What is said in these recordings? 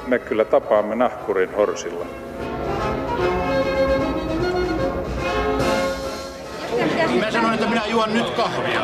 me kyllä tapaamme nahkurin horsilla. Mä sanoin, että minä juon nyt kahvia.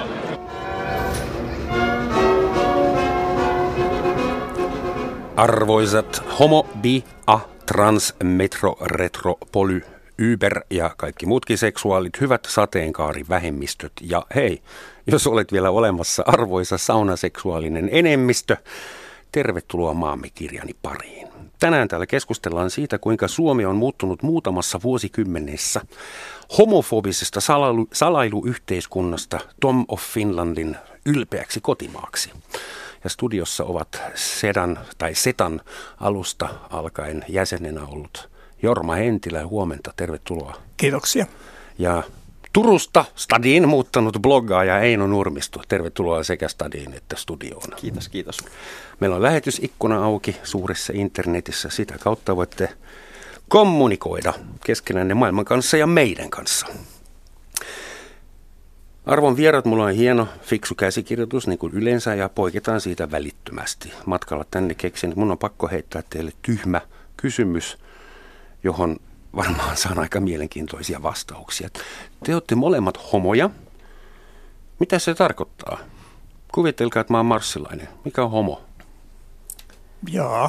Arvoisat homo, bi, a, trans, metro, retro, poly, Uber ja kaikki muutkin seksuaalit, hyvät sateenkaarivähemmistöt ja hei, jos olet vielä olemassa arvoisa saunaseksuaalinen enemmistö, tervetuloa maamme kirjani pariin. Tänään täällä keskustellaan siitä, kuinka Suomi on muuttunut muutamassa vuosikymmenessä homofobisesta salailuyhteiskunnasta Tom of Finlandin ylpeäksi kotimaaksi. Ja studiossa ovat Setan alusta alkaen jäsenenä ollut Jorma Hentilä, huomenta, tervetuloa. Kiitoksia. Ja Turusta stadiin muuttanut bloggaaja Eino Nurmisto, tervetuloa sekä stadiin että studioon. Kiitos. Meillä on lähetysikkuna auki suuressa internetissä, sitä kautta voitte kommunikoida keskenänne maailman kanssa ja meidän kanssa. Arvon vierat, mulla on hieno, fiksu käsikirjoitus niin kuin yleensä ja poiketaan siitä välittömästi. Matkalla tänne keksin, että mun on pakko heittää teille tyhmä kysymys, johon varmaan saan aika mielenkiintoisia vastauksia. Te olette molemmat homoja. Mitä se tarkoittaa? Kuvitelkaa, että mä oon marssilainen. Mikä on homo? Jaa,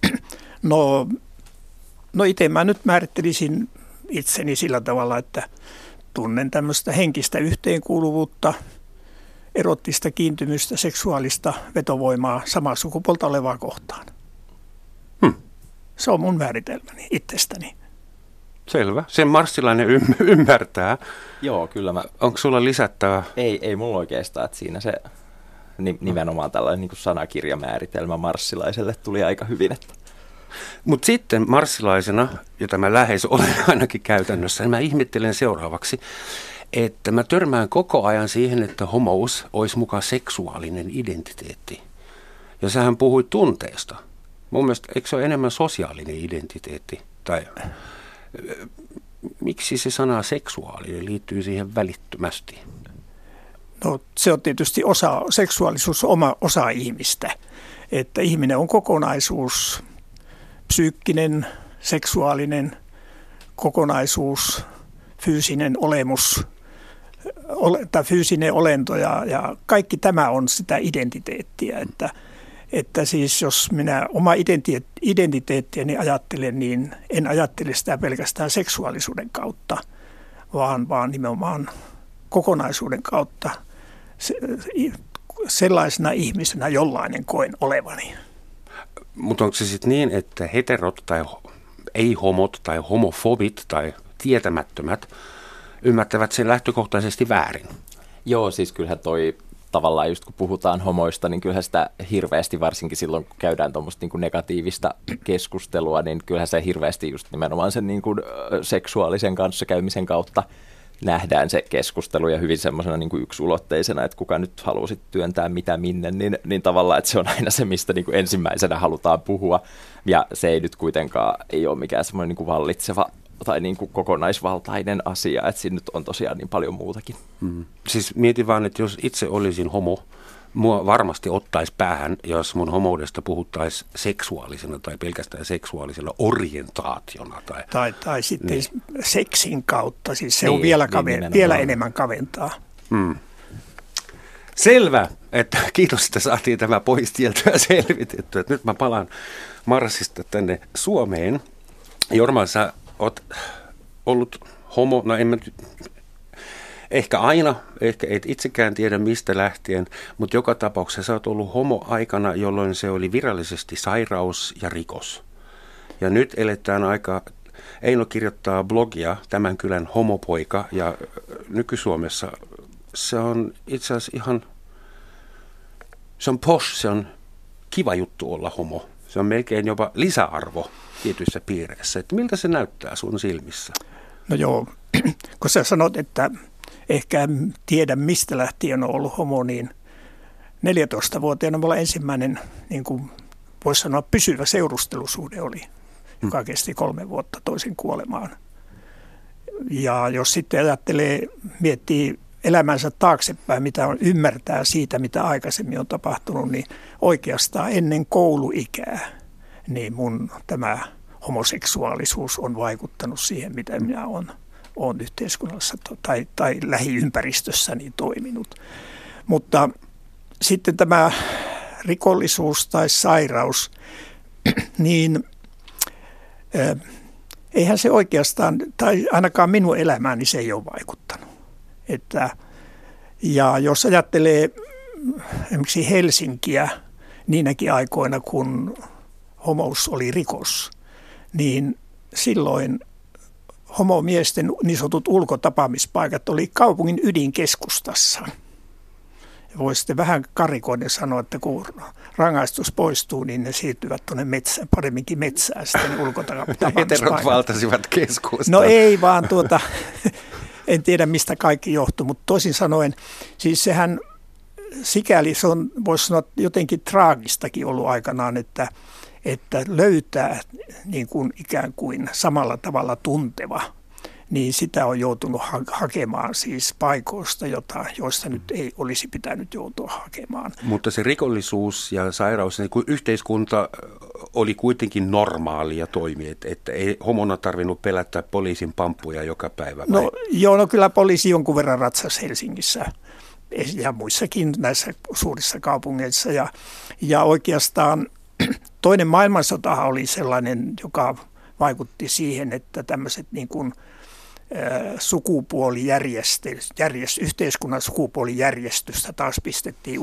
no itse mä nyt määrittelisin itseni sillä tavalla, että tunnen tämmöistä henkistä yhteenkuuluvuutta, erottista kiintymystä, seksuaalista vetovoimaa samaa sukupuolta olevaa kohtaan. Se on mun määritelmäni itsestäni. Selvä. Sen marssilainen ymmärtää. Joo, kyllä mä... Onko sulla lisättävää? Ei mulla oikeastaan, että siinä se nimenomaan tällainen niin kuin sanakirjamääritelmä marssilaiselle tuli aika hyvin. Mutta sitten marssilaisena, jota mä lähes olen ainakin käytännössä, niin mä ihmettelen seuraavaksi, että mä törmään koko ajan siihen, että homous olisi mukaan seksuaalinen identiteetti. Ja sähän puhuit tunteesta. Mun mielestä eikö se ole enemmän sosiaalinen identiteetti? Tai miksi se sana seksuaalinen liittyy siihen välittömästi? No se on tietysti seksuaalisuus on osa ihmistä. Että ihminen on kokonaisuus, psyykkinen, seksuaalinen kokonaisuus, fyysinen olemus, tai fyysinen olento ja kaikki tämä on sitä identiteettiä, että siis jos minä oma identiteettiäni ajattelen, niin en ajattele sitä pelkästään seksuaalisuuden kautta, vaan nimenomaan kokonaisuuden kautta sellaisena ihmisenä jollainen koen olevani. Mutta onko se sitten niin, että heterot tai ei-homot tai homofobit tai tietämättömät ymmärtävät sen lähtökohtaisesti väärin? Joo, siis kyllähän toi tavallaan just kun puhutaan homoista, niin kyllähän sitä hirveästi, varsinkin silloin kun käydään tuommoista niin kuin negatiivista keskustelua, niin kyllähän se hirveästi just nimenomaan sen niin kuin seksuaalisen kanssakäymisen kautta nähdään se keskustelu ja hyvin semmoisena niin kuin yksulotteisena, että kuka nyt haluaa sitten työntää mitä minne, niin tavallaan, että se on aina se, mistä niin kuin ensimmäisenä halutaan puhua. Ja se ei nyt kuitenkaan ei ole mikään semmoinen niin kuin vallitseva tai niin kuin kokonaisvaltainen asia, että siinä nyt on tosiaan niin paljon muutakin. Siis mietin vaan, että jos itse olisin homo, mua varmasti ottaisi päähän, jos mun homoudesta puhuttaisiin seksuaalisena tai pelkästään seksuaalisella orientaationa. Tai sitten niin seksin kautta, siis se niin, on vielä enemmän kaventaa. Selvä, että kiitos, että saatiin tämä pois tieltä ja selvitetty. Että nyt mä palaan Marsista tänne Suomeen. Jorma, sä oot ollut homo, no en mä ehkä aina, ehkä et itsekään tiedä mistä lähtien, mutta joka tapauksessa sä oot ollut homo aikana, jolloin se oli virallisesti sairaus ja rikos. Ja nyt eletään aika, Eino kirjoittaa blogia, Tämän kylän homopoika, ja nyky-Suomessa se on itse asiassa ihan, se on posh, se on kiva juttu olla homo. Se on melkein jopa lisäarvo tietyissä piireissä. Että miltä se näyttää sun silmissä? No joo, kun sä sanot, että ehkä en tiedä mistä lähtien on ollut homo, niin 14-vuotiaana mulla ensimmäinen, niin kuin voisi sanoa, pysyvä seurustelusuhde oli, joka kesti 3 vuotta toisen kuolemaan. Ja jos sitten miettii elämänsä taaksepäin, mitä on ymmärtää siitä, mitä aikaisemmin on tapahtunut, niin oikeastaan ennen kouluikää niin mun tämä homoseksuaalisuus on vaikuttanut siihen, mitä minä olen yhteiskunnassa tai lähiympäristössäni toiminut. Mutta sitten tämä rikollisuus tai sairaus, niin eihän se oikeastaan, tai ainakaan minun elämääni se ei ole vaikuttanut. Ja jos ajattelee esimerkiksi Helsinkiä niinäkin aikoina, kun homous oli rikos, niin silloin homomiesten niin sanotut ulkotapaamispaikat oli kaupungin ydinkeskustassa. Voi sitten vähän karikoiden sanoa, että kun rangaistus poistuu, niin ne siirtyvät tuonne metsään, paremminkin metsään sitten ulkotapaamispaikat. Heterot valtasivat keskustaan. No ei vaan en tiedä mistä kaikki johtuu, mutta toisin sanoen, siis sehän sikäli se on, voisi sanoa, jotenkin traagistakin ollut aikanaan, että löytää niin kuin ikään kuin samalla tavalla tunteva, niin sitä on joutunut hakemaan siis paikoista, joista nyt ei olisi pitänyt joutua hakemaan. Mutta se rikollisuus ja sairaus, niin kuin yhteiskunta oli kuitenkin normaalia toimia, että ei homona tarvinnut pelätä poliisin pamppuja joka päivä. Vai? No kyllä poliisi jonkun verran ratsasi Helsingissä ja muissakin näissä suurissa kaupungeissa ja oikeastaan toinen maailmansota oli sellainen, joka vaikutti siihen, että tämmöiset niin kuin yhteiskunnan sukupuolijärjestystä taas pistettiin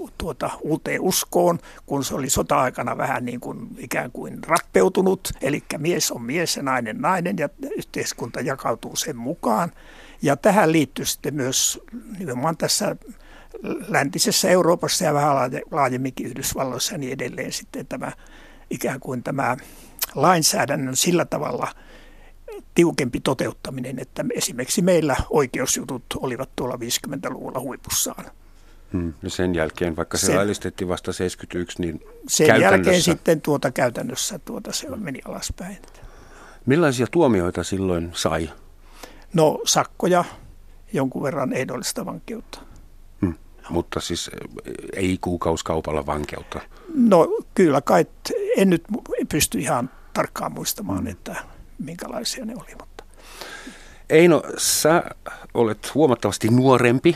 uuteen uskoon, kun se oli sota-aikana vähän niin kuin ikään kuin rappeutunut, eli mies on mies ja nainen nainen ja yhteiskunta jakautuu sen mukaan. Ja tähän liittyy sitten myös nimenomaan tässä läntisessä Euroopassa ja vähän laajemminkin Yhdysvalloissa ja niin edelleen sitten tämä ikään kuin tämä lainsäädännön sillä tavalla tiukempi toteuttaminen, että esimerkiksi meillä oikeusjutut olivat tuolla 50-luvulla huipussaan. Ja sen jälkeen, vaikka se laillistettiin vasta 71, niin sen jälkeen sitten käytännössä se meni alaspäin. Millaisia tuomioita silloin sai? No sakkoja, jonkun verran ehdollista vankeutta. Mutta siis ei kuukausikaupalla vankeutta? No kyllä kai, en nyt pysty ihan tarkkaan muistamaan, että minkälaisia ne oli. Mutta. Eino, sä olet huomattavasti nuorempi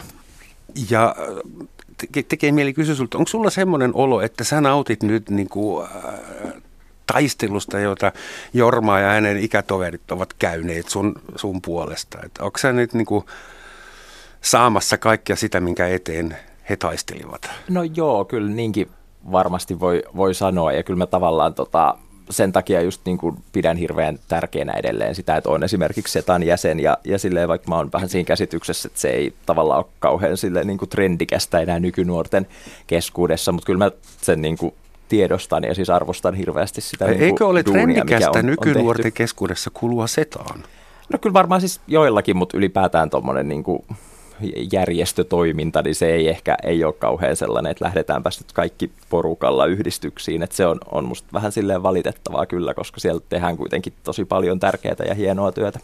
ja tekee mieli kysyä sulta, onko sulla semmoinen olo, että sä nautit nyt niin kuin, taistelusta, jota Jorma ja hänen ikätoverit ovat käyneet sun puolesta? Että onko sä nyt niin kuin saamassa kaikkea sitä, minkä eteen he taistelivat? No joo, kyllä niinkin varmasti voi sanoa ja kyllä mä tavallaan sen takia just niin kuin pidän hirveän tärkeänä edelleen sitä, että olen esimerkiksi SETAn jäsen ja silleen, vaikka mä oon vähän siinä käsityksessä, että se ei tavallaan ole kauhean silleen niin kuin trendikästä enää nykynuorten keskuudessa, mutta kyllä mä sen niin kuin tiedostan ja siis arvostan hirveästi sitä duunia, eikö ole trendikästä nykynuorten keskuudessa kulua SETAan? No kyllä varmaan siis joillakin, mutta ylipäätään tuommoinen niin kuin järjestötoiminta, niin se ei ole kauhean sellainen, että lähdetäänpäs nyt kaikki porukalla yhdistyksiin, että se on musta vähän silleen valitettavaa kyllä, koska siellä tehdään kuitenkin tosi paljon tärkeää ja hienoa työtä.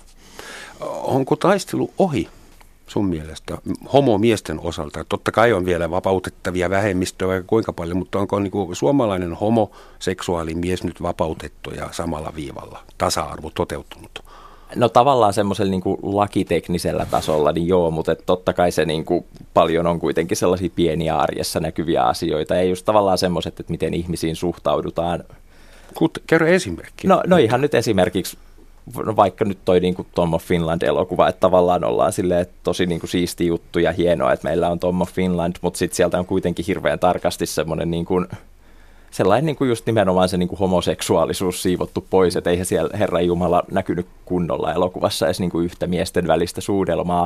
Onko taistelu ohi sun mielestä homomiesten osalta? Totta kai on vielä vapautettavia vähemmistöjä vaikka kuinka paljon, mutta onko niin kuin suomalainen homoseksuaalimies nyt vapautettu ja samalla viivalla tasa-arvo toteutunut? No tavallaan semmoisella niin kuin lakiteknisellä tasolla, niin joo, mutta totta kai se niin kuin paljon on kuitenkin sellaisia pieniä arjessa näkyviä asioita. Ei just tavallaan semmoiset, että miten ihmisiin suhtaudutaan. Kerro esimerkki. No ihan nyt esimerkiksi, vaikka nyt toi niin kuin Tom of Finland-elokuva, että tavallaan ollaan silleen, että tosi niin kuin siisti juttu ja hienoa, että meillä on Tom of Finland, mutta sitten sieltä on kuitenkin hirveän tarkasti semmoinen niin kuin sellainen niin kuin just nimenomaan se niin kuin homoseksuaalisuus siivottu pois, että eihän siellä Herran Jumala näkynyt kunnolla elokuvassa edes niin kuin yhtä miesten välistä suudelmaa,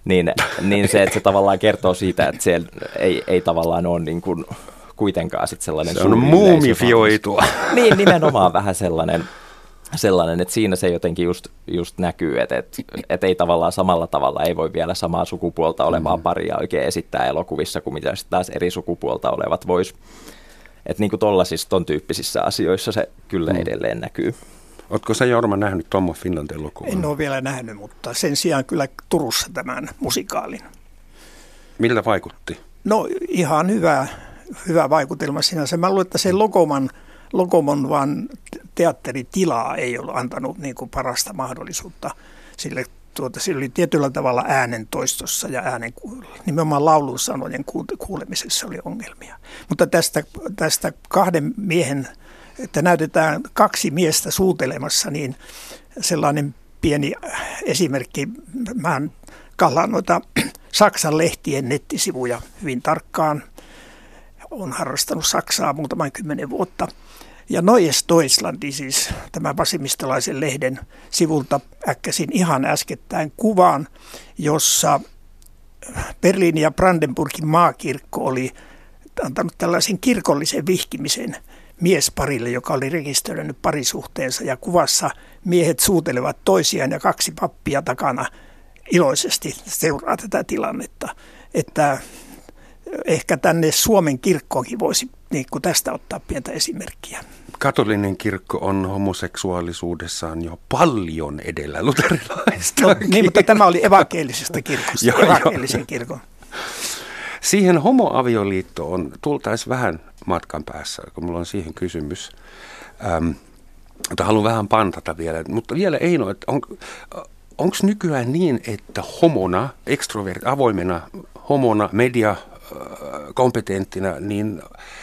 niin se, että se tavallaan kertoo siitä, että siellä ei tavallaan ole niin kuin kuitenkaan sit sellainen se on muumifioitua. Niin, nimenomaan vähän sellainen, että siinä se jotenkin just näkyy, että ei tavallaan samalla tavalla, ei voi vielä samaa sukupuolta olevaa paria oikein esittää elokuvissa, kuin mitä sitten taas eri sukupuolta olevat vois. Että niin kuin ton tyyppisissä asioissa se kyllä edelleen näkyy. Ootko sä, Jorma, nähnyt Tom of Finland-elokuvan? En ole vielä nähnyt, mutta sen sijaan kyllä Turussa tämän musikaalin. Miltä vaikutti? No ihan hyvä vaikutelma sinänsä. Mä luulen, että se Logoman Logomon vaan teatteritilaa ei ollut antanut niin kuin parasta mahdollisuutta sille. Sillä oli tietyllä tavalla äänentoistossa ja nimenomaan laulun sanojen kuulemisessa oli ongelmia. Mutta tästä kahden miehen, että näytetään kaksi miestä suutelemassa, niin sellainen pieni esimerkki. Mä kallaan noita Saksan lehtien nettisivuja hyvin tarkkaan. Olen harrastanut Saksaa muutaman 10 vuotta. Ja Neues Deutschland, siis tämän vasemmistolaisen lehden sivulta äkkäsin ihan äskettäin kuvan, jossa Berliinin ja Brandenburgin maakirkko oli antanut tällaisen kirkollisen vihkimisen miesparille, joka oli rekisteröinyt parisuhteensa. Ja kuvassa miehet suutelevat toisiaan ja 2 pappia takana iloisesti seuraa tätä tilannetta. Että ehkä tänne Suomen kirkkoonkin voisi niin kuin tästä ottaa pientä esimerkkiä. Katolinen kirkko on homoseksuaalisuudessaan jo paljon edellä luterilaista. No, niin, mutta tämä oli evankelisesta kirkosta, evankelisen kirkon. Siihen homoavioliittoon tultaisiin vähän matkan päässä, kun mulla on siihen kysymys. Mutta haluan vähän pantata vielä. Mutta vielä Eino, että onko nykyään niin, että homona, avoimena homona, mediakompetenttina, niin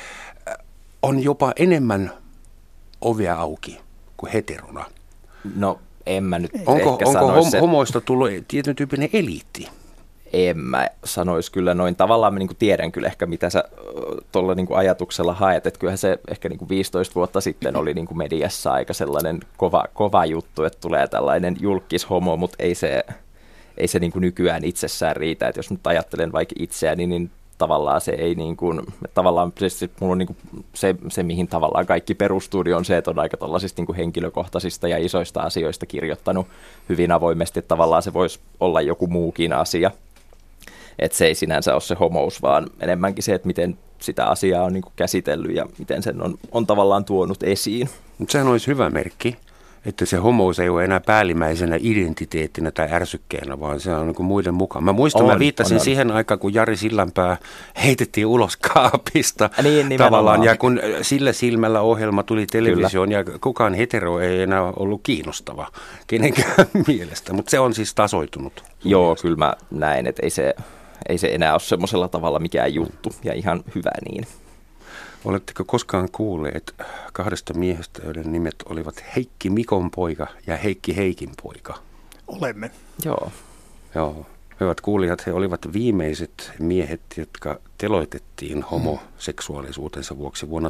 on jopa enemmän ovea auki kuin heterona? No en mä nyt onko sanoisi. Homoista tullut tietyn tyyppinen eliitti? En mä sanoisi kyllä noin. Tavallaan mä niin tiedän kyllä ehkä, mitä sä tuolla niin ajatuksella haet. Että kyllähän se ehkä niin 15 vuotta sitten oli niin mediassa aika sellainen kova juttu, että tulee tällainen julkishomo, mutta ei se niin nykyään itsessään riitä. Että jos nyt ajattelen vaikka itseäni, niin tavallaan se ei niin kuin, tavallaan mulla on niin kuin se, mihin tavallaan kaikki perustuu, on se, että on aika tällaisista niin kuin henkilökohtaisista ja isoista asioista kirjoittanut hyvin avoimesti, että tavallaan se voisi olla joku muukin asia. Että se ei sinänsä ole se homous, vaan enemmänkin se, että miten sitä asiaa on niin kuin käsitellyt ja miten sen on tavallaan tuonut esiin. Mutta sehän olisi hyvä merkki, että se homous ei ole enää päällimmäisenä identiteettinä tai ärsykkeenä, vaan se on niin kuin muiden mukaan. Mä muistan, mä viittasin siihen aikaan, kun Jari Sillanpää heitettiin ulos kaapista tavallaan, ja kun sillä silmällä ohjelma tuli televisioon, ja kukaan hetero ei enää ollut kiinnostava kenenkään mielestä, mutta se on siis tasoitunut. Joo, kyllä mä näen, että ei se enää ole semmoisella tavalla mikään juttu, ja ihan hyvä niin. Oletteko koskaan kuulleet 2 miehestä, joiden nimet olivat Heikki Mikon poika ja Heikki Heikin poika? Olemme. Joo. Hyvät kuulijat, he olivat viimeiset miehet, jotka teloitettiin homoseksuaalisuutensa vuoksi vuonna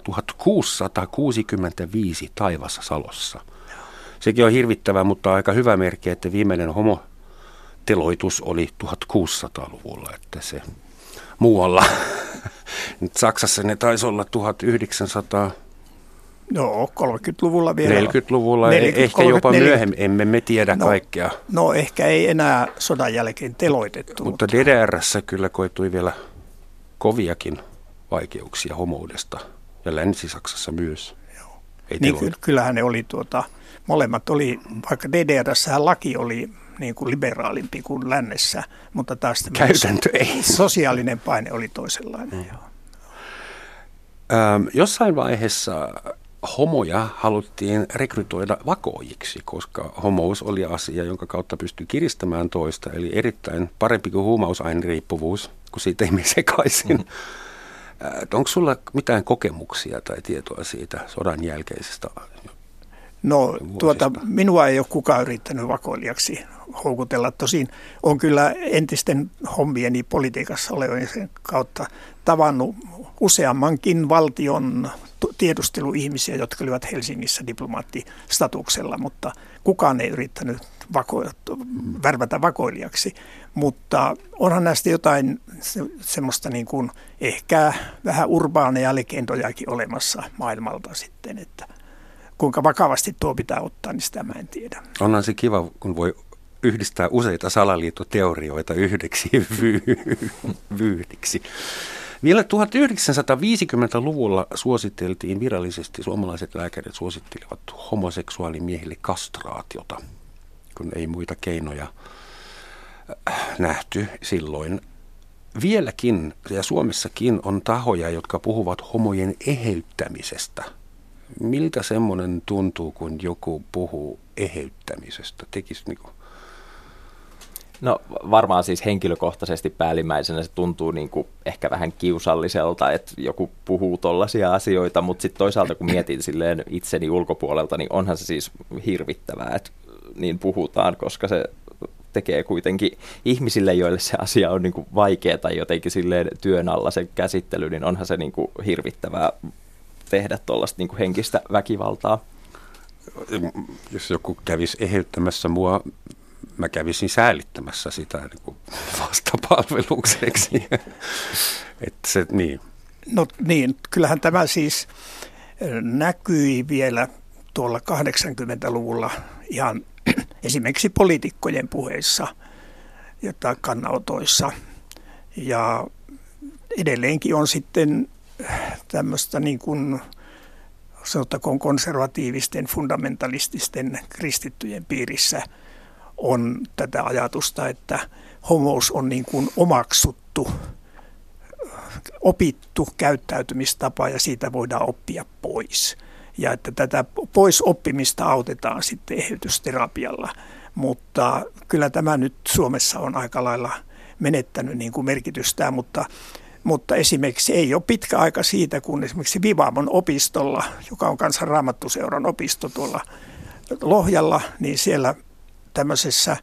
1665 Taivassalossa. Sekin on hirvittävää, mutta aika hyvä merkki, että viimeinen homoteloitus oli 1600-luvulla, että se muualla. Nyt Saksassa ne taisi olla 1900. No, 30-luvulla vielä. 40-luvulla, ehkä jopa myöhemmin, emme me tiedä kaikkea. No, ehkä ei enää sodan jälkeen teloitettu. Mutta DDR:ssä kyllä koitui vielä koviakin vaikeuksia homoudesta, ja Länsi-Saksassa myös. Joo. Niin, kyllähän ne oli molemmat oli, vaikka DDR:ssähän laki oli niin kuin liberaalimpi kuin lännessä, mutta taas käytäntö ei. Sosiaalinen paine oli toisenlainen. Jossain vaiheessa homoja haluttiin rekrytoida vakoojiksi, koska homous oli asia, jonka kautta pystyi kiristämään toista, eli erittäin parempi kuin huumausaineriippuvuus, kun siitä ei mene sekaisin. Onko sulla mitään kokemuksia tai tietoa siitä sodan jälkeisestä? No minua ei ole kukaan yrittänyt vakoilijaksi houkutella. Tosin on kyllä entisten hommieni politiikassa olevien kautta tavannut useammankin valtion tiedusteluihmisiä, jotka olivat Helsingissä diplomaattistatuksella, mutta kukaan ei yrittänyt värvätä vakoilijaksi. Mutta onhan näistä jotain semmoista niin kuin ehkä vähän urbaaneja legendojakin olemassa maailmalta sitten, että kuinka vakavasti tuo pitää ottaa, niin sitä mä en tiedä. Onhan se kiva, kun voi yhdistää useita salaliittoteorioita yhdeksi vyyhdiksi. Vielä 1950-luvulla suositeltiin virallisesti, suomalaiset lääkärit suosittelivat homoseksuaalimiehille kastraatiota, kun ei muita keinoja nähty silloin. Vieläkin ja Suomessakin on tahoja, jotka puhuvat homojen eheyttämisestä. miltä semmoinen tuntuu, kun joku puhuu eheyttämisestä? No varmaan siis henkilökohtaisesti päällimmäisenä se tuntuu niin kuin ehkä vähän kiusalliselta, että joku puhuu tollaisia asioita, mutta sitten toisaalta kun mietin silleen itseni ulkopuolelta, niin onhan se siis hirvittävää, että niin puhutaan, koska se tekee kuitenkin ihmisille, joille se asia on niin kuin vaikea tai jotenkin silleen työn alla se käsittely, niin onhan se niin kuin hirvittävää tehdä tuollaista niin kuin henkistä väkivaltaa. Jos joku kävisi eheyttämässä mua, mä kävisin säälittämässä sitä niin kuin vastapalvelukseksi. Että se, niin. No niin, kyllähän tämä siis näkyi vielä tuolla 80-luvulla ihan esimerkiksi poliitikkojen puheissa tai kannanotoissa. Ja edelleenkin on sitten tämmöistä niin kuin sanottakoon konservatiivisten, fundamentalististen kristittyjen piirissä on tätä ajatusta, että homous on niin kuin omaksuttu, opittu käyttäytymistapa ja siitä voidaan oppia pois. Ja että tätä poisoppimista autetaan sitten eheytysterapialla. Mutta kyllä tämä nyt Suomessa on aika lailla menettänyt niin kuin merkitystään, mutta esimerkiksi ei ole pitkä aika siitä, kun esimerkiksi Vivamon opistolla, joka on Kansan Raamattuseuran opisto tuolla Lohjalla, niin siellä tämmöisessä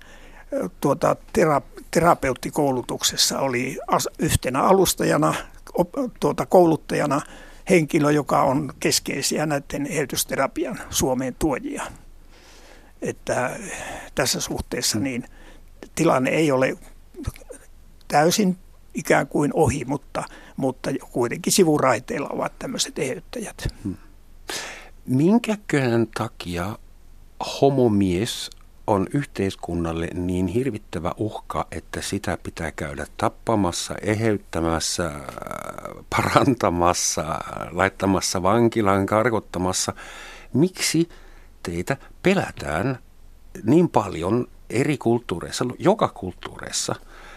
terapeuttikoulutuksessa oli yhtenä alustajana, kouluttajana henkilö, joka on keskeisiä näiden eheytysterapian Suomeen tuojia. Että tässä suhteessa niin tilanne ei ole täysin ikään kuin ohi, mutta kuitenkin sivuraiteilla ovat tämmöiset eheyttäjät. Minkäköhän takia homomies on yhteiskunnalle niin hirvittävä uhka, että sitä pitää käydä tappamassa, eheyttämässä, parantamassa, laittamassa vankilaan, karkottamassa? Miksi teitä pelätään niin paljon eri kulttuureissa, joka kulttuureissa?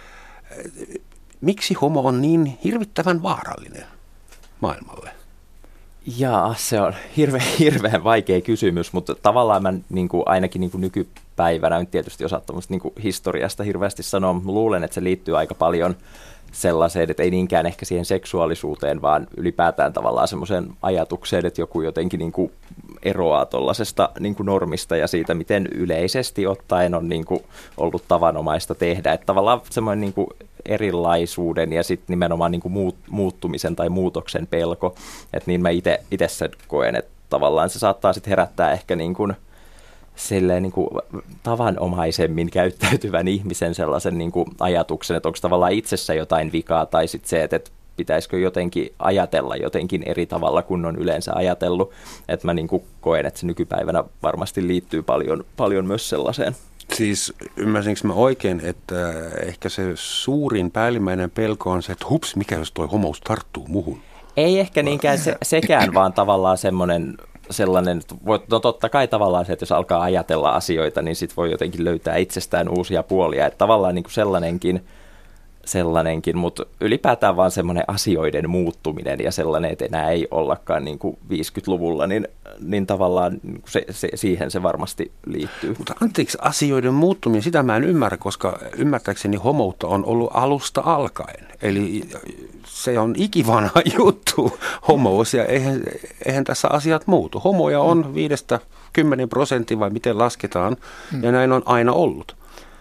Miksi homo on niin hirvittävän vaarallinen maailmalle? Jaa, se on hirveän vaikea kysymys, mutta tavallaan mä niin kuin, ainakin niin kuin nykypäivänä en tietysti osaa niin kuin historiasta hirveästi sanoa, mutta luulen, että se liittyy aika paljon sellaiseen, että ei niinkään ehkä siihen seksuaalisuuteen, vaan ylipäätään tavallaan semmoiseen ajatukseen, että joku jotenkin niin kuin eroaa tuollaisesta niin kuin normista ja siitä, miten yleisesti ottaen on niin kuin ollut tavanomaista tehdä. Että tavallaan semmoinen niin kuin erilaisuuden ja sitten nimenomaan niin kuin muuttumisen tai muutoksen pelko. Että niin mä itse sen koen, että tavallaan se saattaa sitten herättää ehkä niin kuin silleen niin kuin tavanomaisemmin käyttäytyvän ihmisen sellaisen niin kuin ajatuksen, että onko tavallaan itsessä jotain vikaa tai sitten se, että pitäisikö jotenkin ajatella jotenkin eri tavalla kuin on yleensä ajatellut. Että mä niin kuin koen, että se nykypäivänä varmasti liittyy paljon myös sellaiseen. Siis ymmärsinkö mä oikein, että ehkä se suurin päällimmäinen pelko on se, että hups, mikä jos toi homous tarttuu muhun? Ei ehkä niinkään sekään, vaan tavallaan sellainen, no totta kai tavallaan se, että jos alkaa ajatella asioita, niin sit voi jotenkin löytää itsestään uusia puolia. Että tavallaan niin kuin sellainenkin, mutta ylipäätään vaan semmoinen asioiden muuttuminen ja sellainen, että enää ei ollakaan niin kuin 50-luvulla, niin tavallaan siihen se varmasti liittyy. Mutta anteeksi, asioiden muuttuminen, sitä mä en ymmärrä, koska ymmärtääkseni homoutta on ollut alusta alkaen. Eli se on ikivanha juttu, homous, ja eihän tässä asiat muutu. Homoja on 5-10% vai miten lasketaan, ja näin on aina ollut.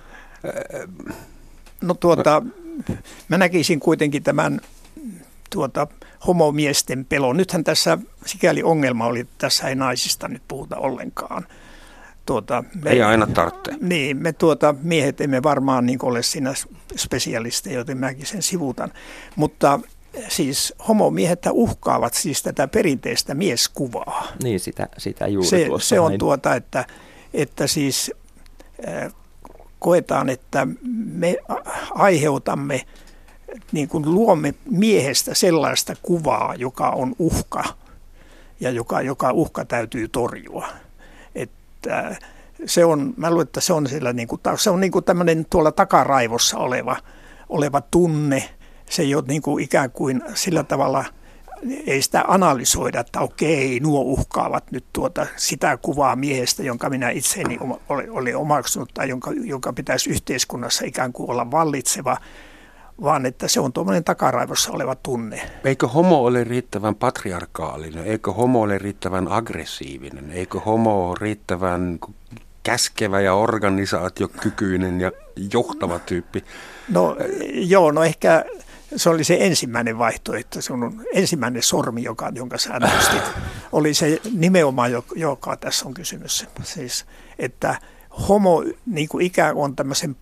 No mä näkisin kuitenkin tämän homomiesten pelon. Nythän tässä sikäli ongelma oli, että tässä ei naisista nyt puhuta ollenkaan. Ei aina tarvitse. Niin, me miehet emme varmaan niin ole siinä spesialisteja, joten mäkin sen sivuutan. Mutta siis homomiehet uhkaavat siis tätä perinteistä mieskuvaa. Niin, sitä juuri tuossa. Se on että siis koetaan, että me aiheutamme, niin kuin luomme miehestä sellaista kuvaa, joka on uhka ja joka uhka täytyy torjua. Että mä luulen, että se on niin kuin tämmöinen tuolla takaraivossa oleva tunne. Se ei ole niin kuin ikään kuin sillä tavalla ei sitä analysoida, että okei, nuo uhkaavat nyt sitä kuvaa miehestä, jonka minä itseeni olin omaksunut tai jonka pitäisi yhteiskunnassa ikään kuin olla vallitseva, vaan että se on tuommoinen takaraivossa oleva tunne. Eikö homo ole riittävän patriarkaalinen? Eikö homo ole riittävän aggressiivinen? Eikö homo ole riittävän käskevä ja organisaatiokykyinen ja johtava tyyppi? No ehkä se oli se ensimmäinen vaihtoehto, se on ensimmäinen sormi, jonka sä nostit, oli se nimenomaan, joka tässä on kysymys. Siis, että homo niin kuin ikään kuin on tämmöisen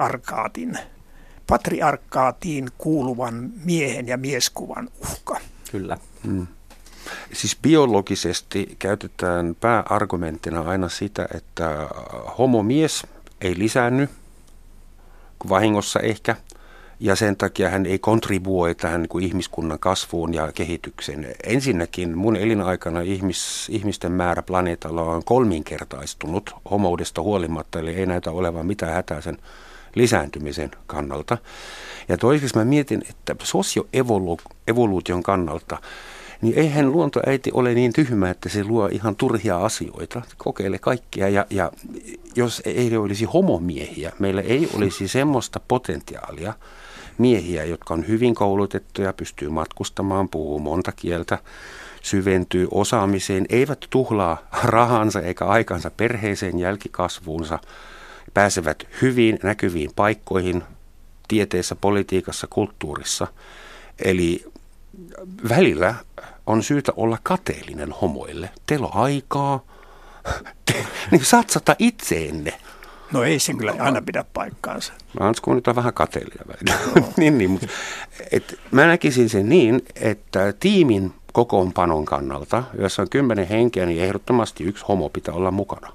patriarkaatiin kuuluvan miehen ja mieskuvan uhka. Kyllä. Siis biologisesti käytetään pääargumenttina aina sitä, että homomies ei lisäänny, vahingossa ehkä, ja sen takia hän ei kontribuoi tähän niin kuin ihmiskunnan kasvuun ja kehitykseen. Ensinnäkin mun elinaikana ihmisten määrä planeetalla on kolminkertaistunut homoudesta huolimatta, eli ei näytä olevan mitään hätää sen lisääntymisen kannalta. Ja toiseksi mä mietin, että sosioevoluution kannalta, niin eihän luontoäiti ole niin tyhmä, että se luo ihan turhia asioita, kokeile kaikkia. Ja jos ei olisi homomiehiä, meillä ei olisi semmoista potentiaalia miehiä, jotka on hyvin koulutettuja, pystyy matkustamaan, puhuu monta kieltä, syventyy osaamiseen, eivät tuhlaa rahansa eikä aikansa perheeseen jälkikasvuunsa, pääsevät hyvin näkyviin paikkoihin tieteessä, politiikassa, kulttuurissa. Eli välillä on syytä olla kateellinen homoille. Teillä on aikaa niin satsata itseenne. No ei se kyllä aina pidä paikkaansa. Ansku nyt on vähän kateellinen välillä. niin, mutta mä näkisin sen niin, että tiimin kokoonpanon kannalta, jos on 10 henkeä, niin ehdottomasti yksi homo pitää olla mukana.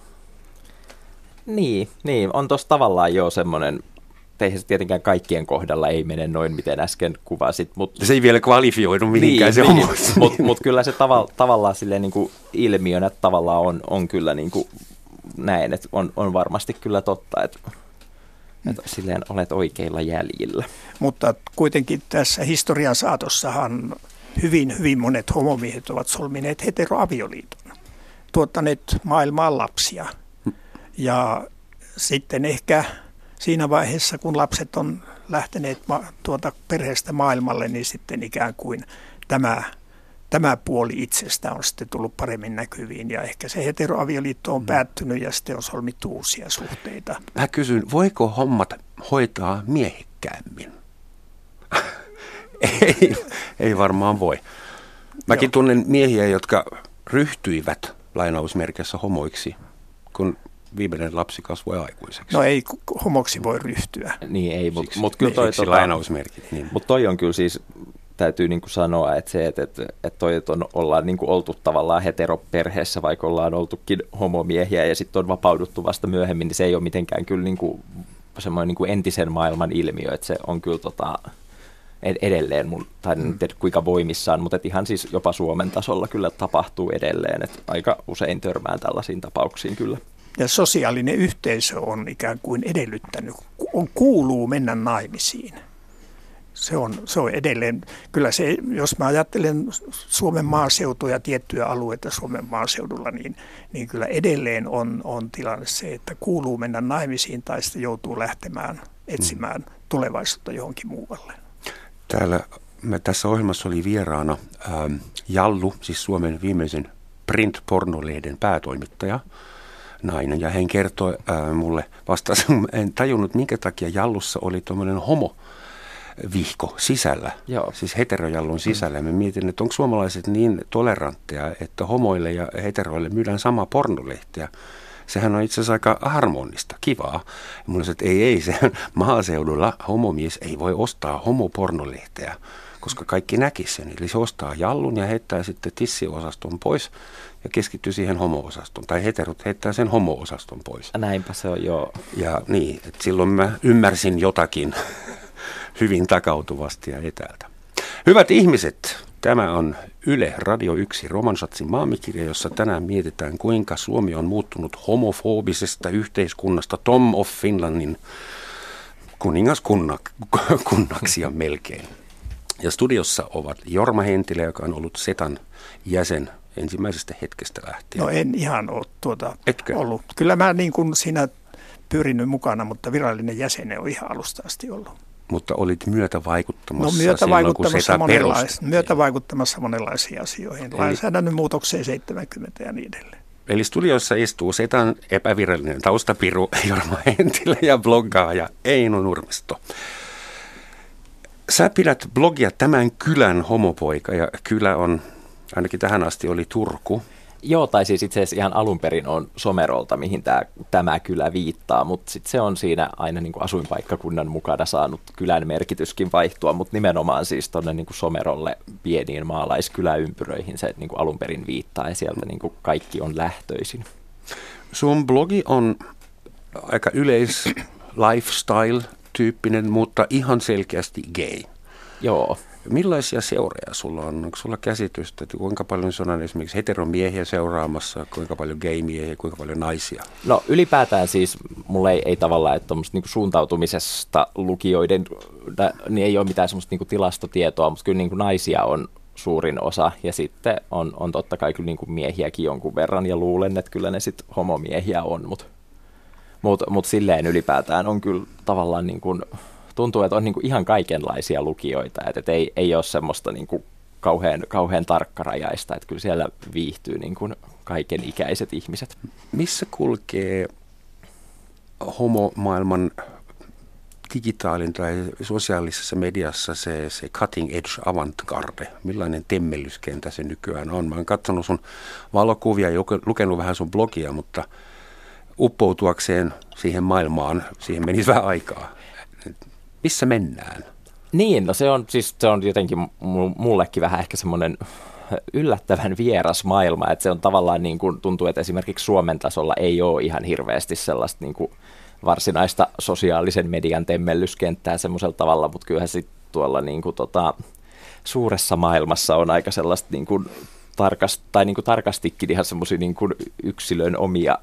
Niin, on tuossa tavallaan jo semmoinen, eihän se tietenkään kaikkien kohdalla ei mene noin, miten äsken kuvasit. Mutta se ei vielä kvalifioidu mihinkään se homo. Mutta kyllä se tavallaan silleen niin kuin ilmiönä tavallaan on kyllä niin kuin näin, että on varmasti kyllä totta, että silleen olet oikeilla jäljillä. Mutta kuitenkin tässä historian saatossahan hyvin monet homomiehet ovat solmineet heteroavioliiton, tuottaneet maailmaan lapsia. Ja sitten ehkä siinä vaiheessa, kun lapset on lähteneet perheestä maailmalle, niin sitten ikään kuin tämä puoli itsestä on sitten tullut paremmin näkyviin. Ja ehkä se heteroavioliitto on päättynyt ja sitten on solmittu uusia suhteita. Mä kysyn, voiko hommat hoitaa miehekkäämmin? ei varmaan voi. Mäkin tunnen miehiä, jotka ryhtyivät lainausmerkissä homoiksi, kun viimeinen lapsi kasvoi aikuiseksi. No ei homoksi voi ryhtyä. Niin ei, mutta kyllä toi lainausmerkit. Niin. Mutta toi on kyllä siis, täytyy niinku sanoa, että se, että toi, että ollaan niinku oltu tavallaan heteroperheessä, vaikka ollaan oltukin homomiehiä ja sitten on vapauduttu vasta myöhemmin, niin se ei ole mitenkään kyllä niinku semmoinen niinku entisen maailman ilmiö, että se on kyllä edelleen, tai en tiedä kuinka voimissaan, mutta ihan siis jopa Suomen tasolla kyllä tapahtuu edelleen, että aika usein törmään tällaisiin tapauksiin kyllä. Ja sosiaalinen yhteisö on ikään kuin edellyttänyt, kuuluu mennä naimisiin. Se on edelleen, kyllä se, jos mä ajattelen Suomen maaseutua ja tiettyjä alueita Suomen maaseudulla, niin kyllä edelleen on tilanne se, että kuuluu mennä naimisiin tai sitten joutuu lähtemään etsimään tulevaisuutta johonkin muualle. Tässä ohjelmassa oli vieraana Jallu, siis Suomen viimeisen print-pornolehden päätoimittaja, nainen, ja hän kertoi mulle vastasi, en tajunnut minkä takia Jallussa oli tuommoinen homovihko sisällä, siis heterojallun sisällä. Mä mietin, että onko suomalaiset niin tolerantteja, että homoille ja heteroille myydään sama pornolehtiä. Sehän on itse asiassa aika harmonista, kivaa. Ja mulla että ei, se maaseudulla homomies ei voi ostaa homopornolehteä, koska kaikki näkisi sen. Eli se ostaa Jallun ja heittää sitten tissiosaston pois ja keskittyy siihen homo-osastoon. Tai heterot heittää sen homo-osaston pois. Näinpä se on, joo. Ja niin, että silloin mä ymmärsin jotakin hyvin takautuvasti ja etäältä. Hyvät ihmiset, tämä on Yle Radio 1 Romansatsin maamikirja, jossa tänään mietitään, kuinka Suomi on muuttunut homofobisesta yhteiskunnasta Tom of Finlandin kuningaskunnaksi ja melkein. Ja studiossa ovat Jorma Hentilä, joka on ollut Setan jäsen ensimmäisestä hetkestä lähtien. No en ihan ole Etkö? ollut. Kyllä mä niin kuin siinä pyrinyt mukana, mutta virallinen jäsen on ihan alusta asti ollut. Mutta olit myötävaikuttamassa myötävaikuttamassa monenlaisiin asioihin. Lainsäädännön muutokseen 70 ja niin edelleen. Eli studiossa istuu Setan epävirallinen taustapiru Jorma Hentilä ja bloggaaja Eino Nurmisto. Sä pidät blogia Tämän kylän homopoika, ja kylä on, ainakin tähän asti oli Turku. Joo, tai siis itse asiassa ihan alun perin on Somerolta, mihin tämä kylä viittaa, mutta sitten se on siinä aina niin kuin asuinpaikkakunnan mukana saanut kylän merkityskin vaihtua, mutta nimenomaan siis tuonne niin kuin Somerolle pieniin maalaiskyläympyröihin se niin kuin alun perin viittaa, ja sieltä niin kuin kaikki on lähtöisin. Sun blogi on aika yleis lifestyle-tyyppinen, mutta ihan selkeästi gay. Joo. Millaisia seuraajia sulla on? Onko sulla käsitystä, että kuinka paljon se on esimerkiksi heteromiehiä seuraamassa, kuinka paljon gay-miehiä, kuinka paljon naisia? No ylipäätään siis mulla ei tavallaan, että tuommoista niinku suuntautumisesta lukijoiden, niin ei ole mitään semmoista niinku tilastotietoa, mutta kyllä niinku naisia on suurin osa, ja sitten on totta kai kyllä niinku miehiäkin jonkun verran, ja luulen, että kyllä ne sitten homomiehiä on, mutta silleen ylipäätään on kyllä tavallaan niin kuin, tuntuu, että on niin kuin ihan kaikenlaisia lukijoita, että ei ole semmoista niin kuin kauhean tarkkarajaista, että kyllä siellä viihtyy niin kuin kaikenikäiset ihmiset. Missä kulkee homomaailman digitaalin tai sosiaalisessa mediassa se cutting edge avantgarde? Millainen temmellyskentä se nykyään on? Mä oon katsonut sun valokuvia ja lukenut vähän sun blogia, mutta uppoutuakseen siihen maailmaan, siihen menisi vähän aikaa. Missä mennään? Niin, no se on jotenkin mullekin vähän ehkä semmoinen yllättävän vieras maailma, että se on tavallaan niin kuin tuntuu, että esimerkiksi Suomen tasolla ei ole ihan hirveästi sellaista niin kuin varsinaista sosiaalisen median temmellyskenttää semmoisella tavalla, mutta kyllähän sitten tuolla niin kuin suuressa maailmassa on aika sellaista niin kuin tarkastikin ihan semmoisia niin kuin yksilön omia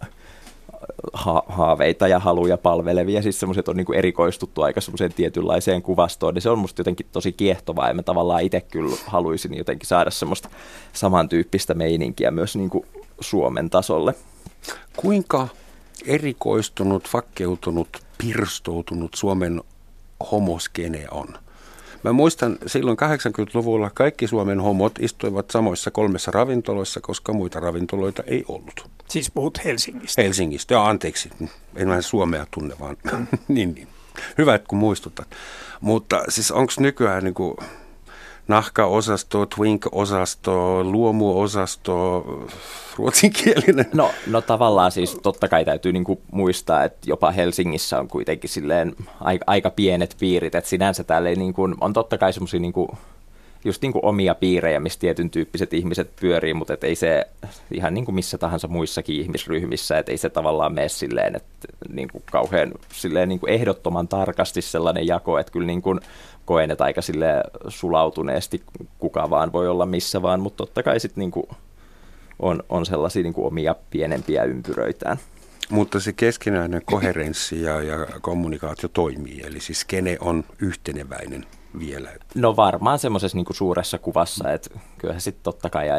haaveita ja haluja palvelevia, siis semmoiset on niin kuin erikoistuttu aika semmoiseen tietynlaiseen kuvastoon, niin se on musta jotenkin tosi kiehtovaa, ja mä tavallaan itse kyllä haluaisin jotenkin saada semmoista samantyyppistä meininkiä myös niin kuin Suomen tasolle. Kuinka erikoistunut, fakkeutunut, pirstoutunut Suomen homoskene on? Mä muistan silloin 80-luvulla kaikki Suomen homot istuivat samoissa 3 ravintoloissa, koska muita ravintoloita ei ollut. Siis puhut Helsingistä? Helsingistä, joo, anteeksi. En mä Suomea tunne, vaan niin. Hyvä, että kun muistutat. Mutta siis onko nykyään niin kuin nahka-osasto, twink-osasto, luomu-osasto, ruotsinkielinen? No tavallaan siis totta kai täytyy niinku muistaa, että jopa Helsingissä on kuitenkin silleen aika pienet piirit, että sinänsä täällä niinku, on totta kai semmoisia niinku, just niinku omia piirejä, missä tietyn tyyppiset ihmiset pyörii, mutta et ei se ihan niinku missä tahansa muissakin ihmisryhmissä, että ei se tavallaan mene silleen, että niinku kauhean silleen niinku ehdottoman tarkasti sellainen jako, että kyllä niinku koen, että aika silleen sulautuneesti kuka vaan voi olla missä vaan, mutta totta kai sitten niinku on sellaisia niinku omia pienempiä ympyröitään. Mutta se keskinäinen koherenssi ja kommunikaatio toimii, eli siis kene on yhteneväinen vielä. No varmaan semmoisessa niinku suuressa kuvassa, että kyllähän sitten totta kai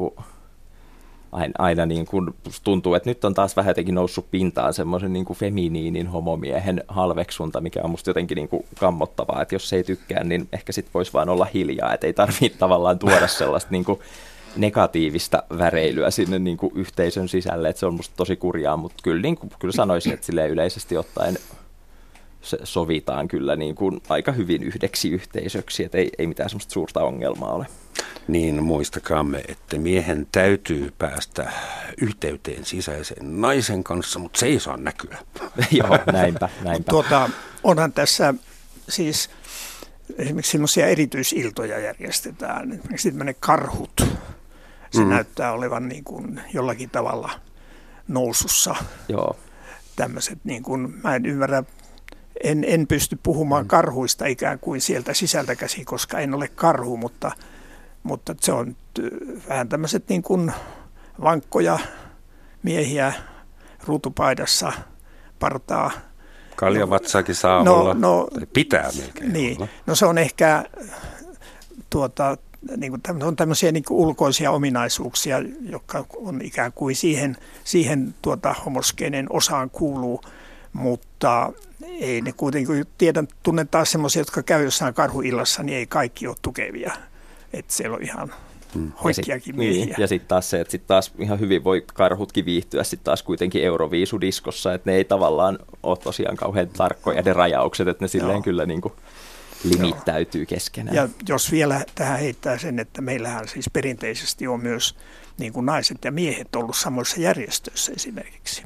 aina niinku tuntuu, että nyt on taas vähän jotenkin noussut pintaan semmoisen niinku feminiinin homomiehen halveksunta, mikä on musta jotenkin niinku kammottavaa, että jos ei tykkää, niin ehkä sitten voisi vaan olla hiljaa, että ei tarvitse tavallaan tuoda sellaista niinku negatiivista väreilyä sinne niinku yhteisön sisälle, että se on musta tosi kurjaa, mutta kyllä sanoisin, että silleen yleisesti ottaen se sovitaan kyllä niin kuin aika hyvin yhdeksi yhteisöksi, että ei mitään semmoista suurta ongelmaa ole. Niin, muistakaamme, että miehen täytyy päästä yhteyteen sisäisen naisen kanssa, mutta se ei saa näkyä. Joo, näinpä. Onhan tässä siis esimerkiksi semmoisia erityisiltoja järjestetään, esimerkiksi tämmöinen karhut. Se näyttää olevan niin kuin jollakin tavalla nousussa. Joo. Tämmöiset, niin kuin, mä en ymmärrä, en pysty puhumaan karhuista ikään kuin sieltä sisältä käsin, koska en ole karhu, mutta se on vähän tämmöiset niin kuin vankkoja miehiä ruutupaidassa, partaa. Kaljavatsaakin saa olla, tai pitää melkein niin. olla. No se on ehkä niin kuin on tämmöisiä niin kuin ulkoisia ominaisuuksia, jotka on ikään kuin siihen homoskeenen osaan kuuluu, mutta ei ne kuitenkin tunnen taas semmoisia, jotka käy jossain karhuillassa, niin ei kaikki ole tukevia. Että siellä on ihan hoikkiakin miehiä. Niin, ja sitten taas se, että sit taas ihan hyvin voi karhutkin viihtyä sitten taas kuitenkin Euroviisudiskossa, että ne ei tavallaan ole tosiaan kauhean tarkkoja ne rajaukset, että ne silleen kyllä niin kuin limittäytyy keskenään. Ja jos vielä tähän heittää sen, että meillähän siis perinteisesti on myös niin kuin naiset ja miehet ollut samoissa järjestöissä esimerkiksi.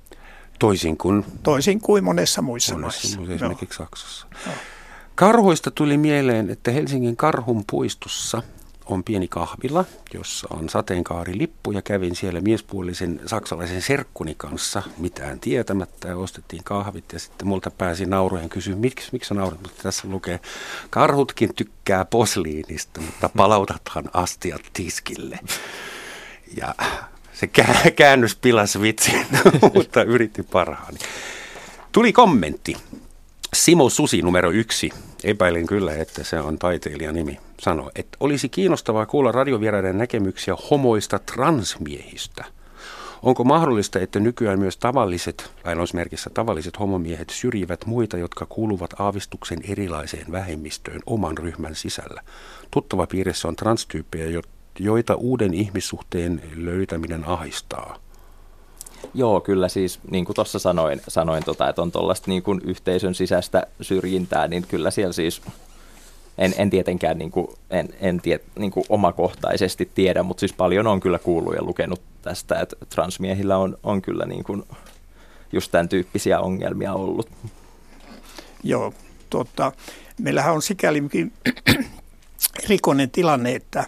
Toisin kuin monessa muissa maissa. Esimerkiksi Saksassa. No. Karhuista tuli mieleen, että Helsingin Karhunpuistossa on pieni kahvila, jossa on sateenkaarilippu, ja kävin siellä miespuolisen saksalaisen serkkuni kanssa mitään tietämättä ja ostettiin kahvit, ja sitten multa pääsi nauruun ja kysyin, miksi on nauruun, mutta tässä lukee, karhutkin tykkää posliinista, mutta palautathan astiat tiskille. Ja se käännös pilasi vitsin, mutta yritin parhaani. Tuli kommentti. Simo Susi numero 1, epäilen kyllä, että se on taiteilijan nimi, sanoi, että olisi kiinnostavaa kuulla radiovieraiden näkemyksiä homoista transmiehistä. Onko mahdollista, että nykyään myös tavalliset homomiehet syrjivät muita, jotka kuuluvat aavistuksen erilaiseen vähemmistöön oman ryhmän sisällä? Tuttava piirissä on transtyyppejä, joita uuden ihmissuhteen löytäminen ahistaa. Joo, kyllä siis niin kuin tuossa sanoin että on tuollaista niin kuin yhteisön sisäistä syrjintää, niin kyllä siellä siis, en tietenkään niin kuin omakohtaisesti tiedä, mutta siis paljon on kyllä kuullut ja lukenut tästä, että transmiehillä on kyllä niin kuin just tämän tyyppisiä ongelmia ollut. Joo, meillähän on sikälikin rikoinen tilanne, että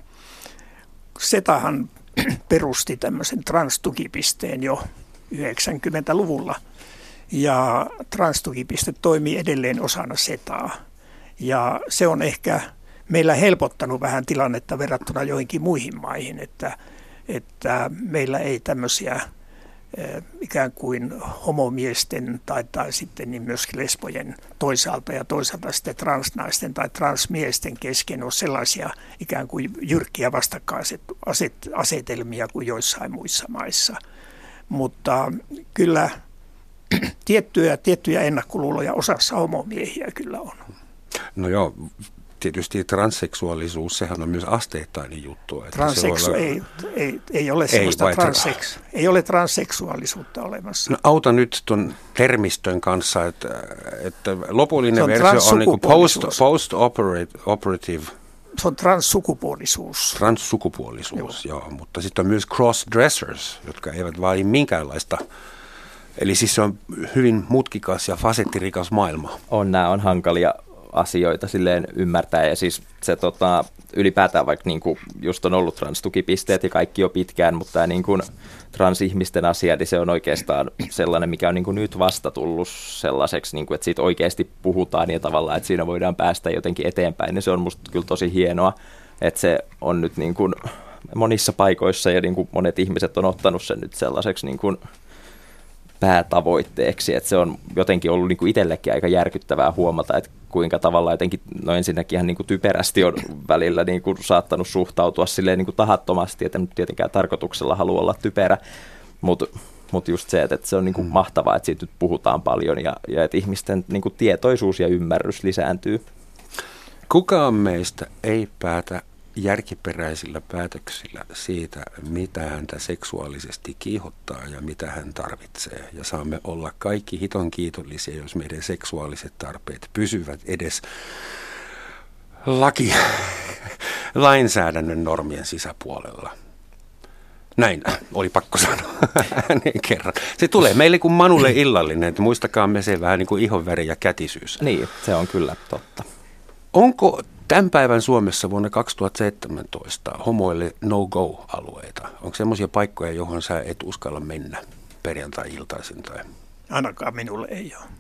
SETAhan perusti tämmöisen transtukipisteen jo 90-luvulla, ja transtukipiste toimii edelleen osana SETAa, ja se on ehkä meillä helpottanut vähän tilannetta verrattuna joihinkin muihin maihin, että meillä ei tämmöisiä ikään kuin homomiesten tai sitten niin myöskin lesbojen toisaalta ja toisaalta sitten transnaisten tai transmiesten kesken on sellaisia ikään kuin jyrkkiä vastakkainasetelmia kuin joissain muissa maissa. Mutta kyllä tiettyjä ennakkoluuloja osassa homomiehiä kyllä on. No joo, tietysti transseksuaalisuus, sehän on myös asteittainen juttu. Ei ole sellaista ei ole transseksuaalisuutta olemassa. No, auta nyt tuon termistön kanssa, että lopullinen versio on niin post-operative. Se on transsukupuolisuus. Transsukupuolisuus, joo, mutta sitten on myös cross-dressers, jotka eivät vaadi minkäänlaista. Eli siis se on hyvin mutkikas ja fasettirikas maailma. Nämä on hankalia asioita silleen ymmärtää, ja siis se ylipäätään vaikka niinku just on ollut transtukipisteet ja kaikki jo pitkään, mutta tämä niinku transihmisten asia, niin se on oikeastaan sellainen, mikä on niinku nyt vasta tullut sellaiseksi, niinku, että siitä oikeasti puhutaan ja tavallaan, että siinä voidaan päästä jotenkin eteenpäin, niin se on musta kyllä tosi hienoa, että se on nyt niinku monissa paikoissa ja niinku monet ihmiset on ottanut sen nyt sellaiseksi niinku päätavoitteeksi, että se on jotenkin ollut niinku itsellekin aika järkyttävää huomata, että kuinka tavallaan jotenkin, no ensinnäkin ihan niinku typerästi on välillä niinku saattanut suhtautua silleen niinku tahattomasti, että en nyt tietenkään tarkoituksella halua olla typerä, mutta just se, että se on niinku mahtavaa, että siitä nyt puhutaan paljon ja että ihmisten niinku tietoisuus ja ymmärrys lisääntyy. Kukaan meistä ei päätä järkiperäisillä päätöksillä siitä, mitä häntä seksuaalisesti kiihottaa ja mitä hän tarvitsee. Ja saamme olla kaikki hiton kiitollisia, jos meidän seksuaaliset tarpeet pysyvät edes lainsäädännön normien sisäpuolella. Näin oli pakko sanoa niin kerran. Se tulee meille kuin Manulle illallinen, että muistakaamme se vähän niin kuin ihonväri ja kätisyys. Niin, se on kyllä totta. Onko tämän päivän Suomessa vuonna 2017 homoille no-go-alueita? Onko semmoisia paikkoja, johon sä et uskalla mennä perjantai-iltaisin? Tai? Ainakaan minulle ei ole.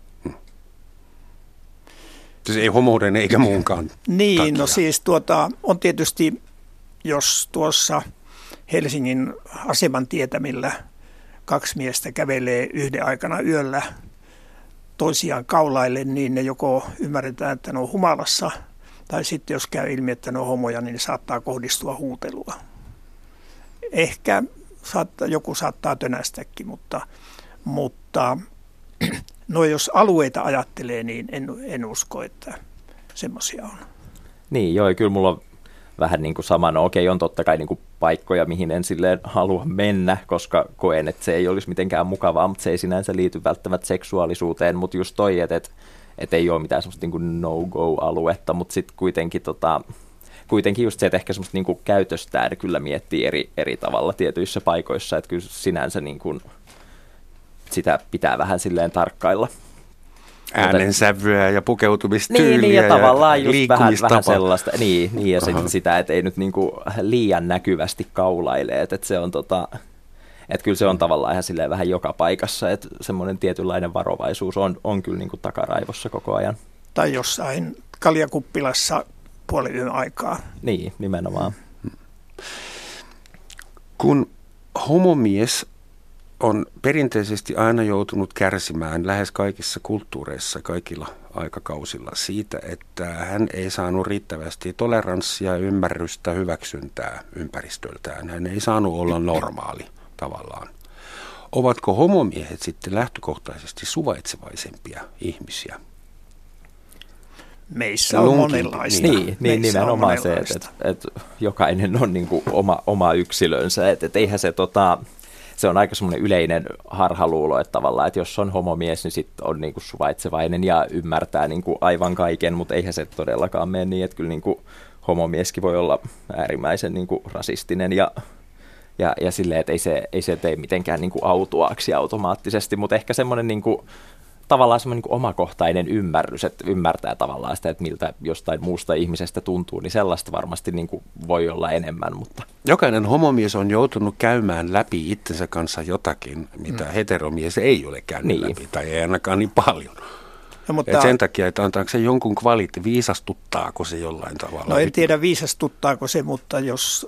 Siis ei homouden eikä muunkaan Niin, takia. No siis on tietysti, jos tuossa Helsingin aseman tietämillä kaksi miestä kävelee yhden aikana yöllä toisiaan kaulaille, niin ne joko ymmärretään, että ne on humalassa Tai sitten jos käy ilmi, että ne on homoja, niin saattaa kohdistua huutelua. Ehkä joku saattaa tönästäkin, mutta no jos alueita ajattelee, niin en usko, että semmoisia on. Niin, joo, kyllä mulla on vähän niin kuin sama. No okei, on totta kai niin kuin paikkoja, mihin en silleen halua mennä, koska koen, että se ei olisi mitenkään mukavaa, mutta se ei sinänsä liity välttämättä seksuaalisuuteen, mutta just toi, että ei ole mitään semmoista niin kuin no-go-aluetta, mutta sitten kuitenkin just se, että ehkä semmoista niin kuin käytöstään kyllä miettii eri tavalla tietyissä paikoissa, että kyllä sinänsä niin kuin sitä pitää vähän silleen tarkkailla. Äänensävyä ja pukeutumistyyliä niin, ja tavallaan just vähän sellaista, niin ja sitä, että ei nyt niinku liian näkyvästi kaulaile, että se on että kyllä se on tavallaan ihan silleen vähän joka paikassa, että semmoinen tietynlainen varovaisuus on kyllä niinku takaraivossa koko ajan. Tai jossain kaljakuppilassa puoliyön aikaa. Niin, nimenomaan. Kun homomies on perinteisesti aina joutunut kärsimään lähes kaikissa kulttuureissa, kaikilla aikakausilla siitä, että hän ei saanut riittävästi toleranssia, ymmärrystä, hyväksyntää ympäristöltään. Hän ei saanut olla normaali tavallaan. Ovatko homomiehet sitten lähtökohtaisesti suvaitsevaisempia ihmisiä? Meissä on monenlaista. Niin nimenomaan se, että jokainen on niin kuin oma yksilönsä, että eihän se on aika semmoinen yleinen harhaluulo, että tavallaan, että jos on homomies, niin sitten on niinku suvaitsevainen ja ymmärtää niinku aivan kaiken, mutta eihän se todellakaan mene niin, että kyllä niinku homomieskin voi olla äärimmäisen niinku rasistinen ja silleen, että ei se tee mitenkään niinku autuaaksi automaattisesti, mutta ehkä semmoinen niinku, tavallaan semmoinen niin omakohtainen ymmärrys, että ymmärtää tavallaan sitä, että miltä jostain muusta ihmisestä tuntuu, niin sellaista varmasti niin kuin voi olla enemmän. Mutta jokainen homomies on joutunut käymään läpi itsensä kanssa jotakin, mitä heteromies ei ole käynyt läpi, tai ei ainakaan niin paljon. No, mutta sen takia, että antaako se jonkun viisastuttaako se jollain tavalla? No en tiedä viisastuttaako se, mutta jos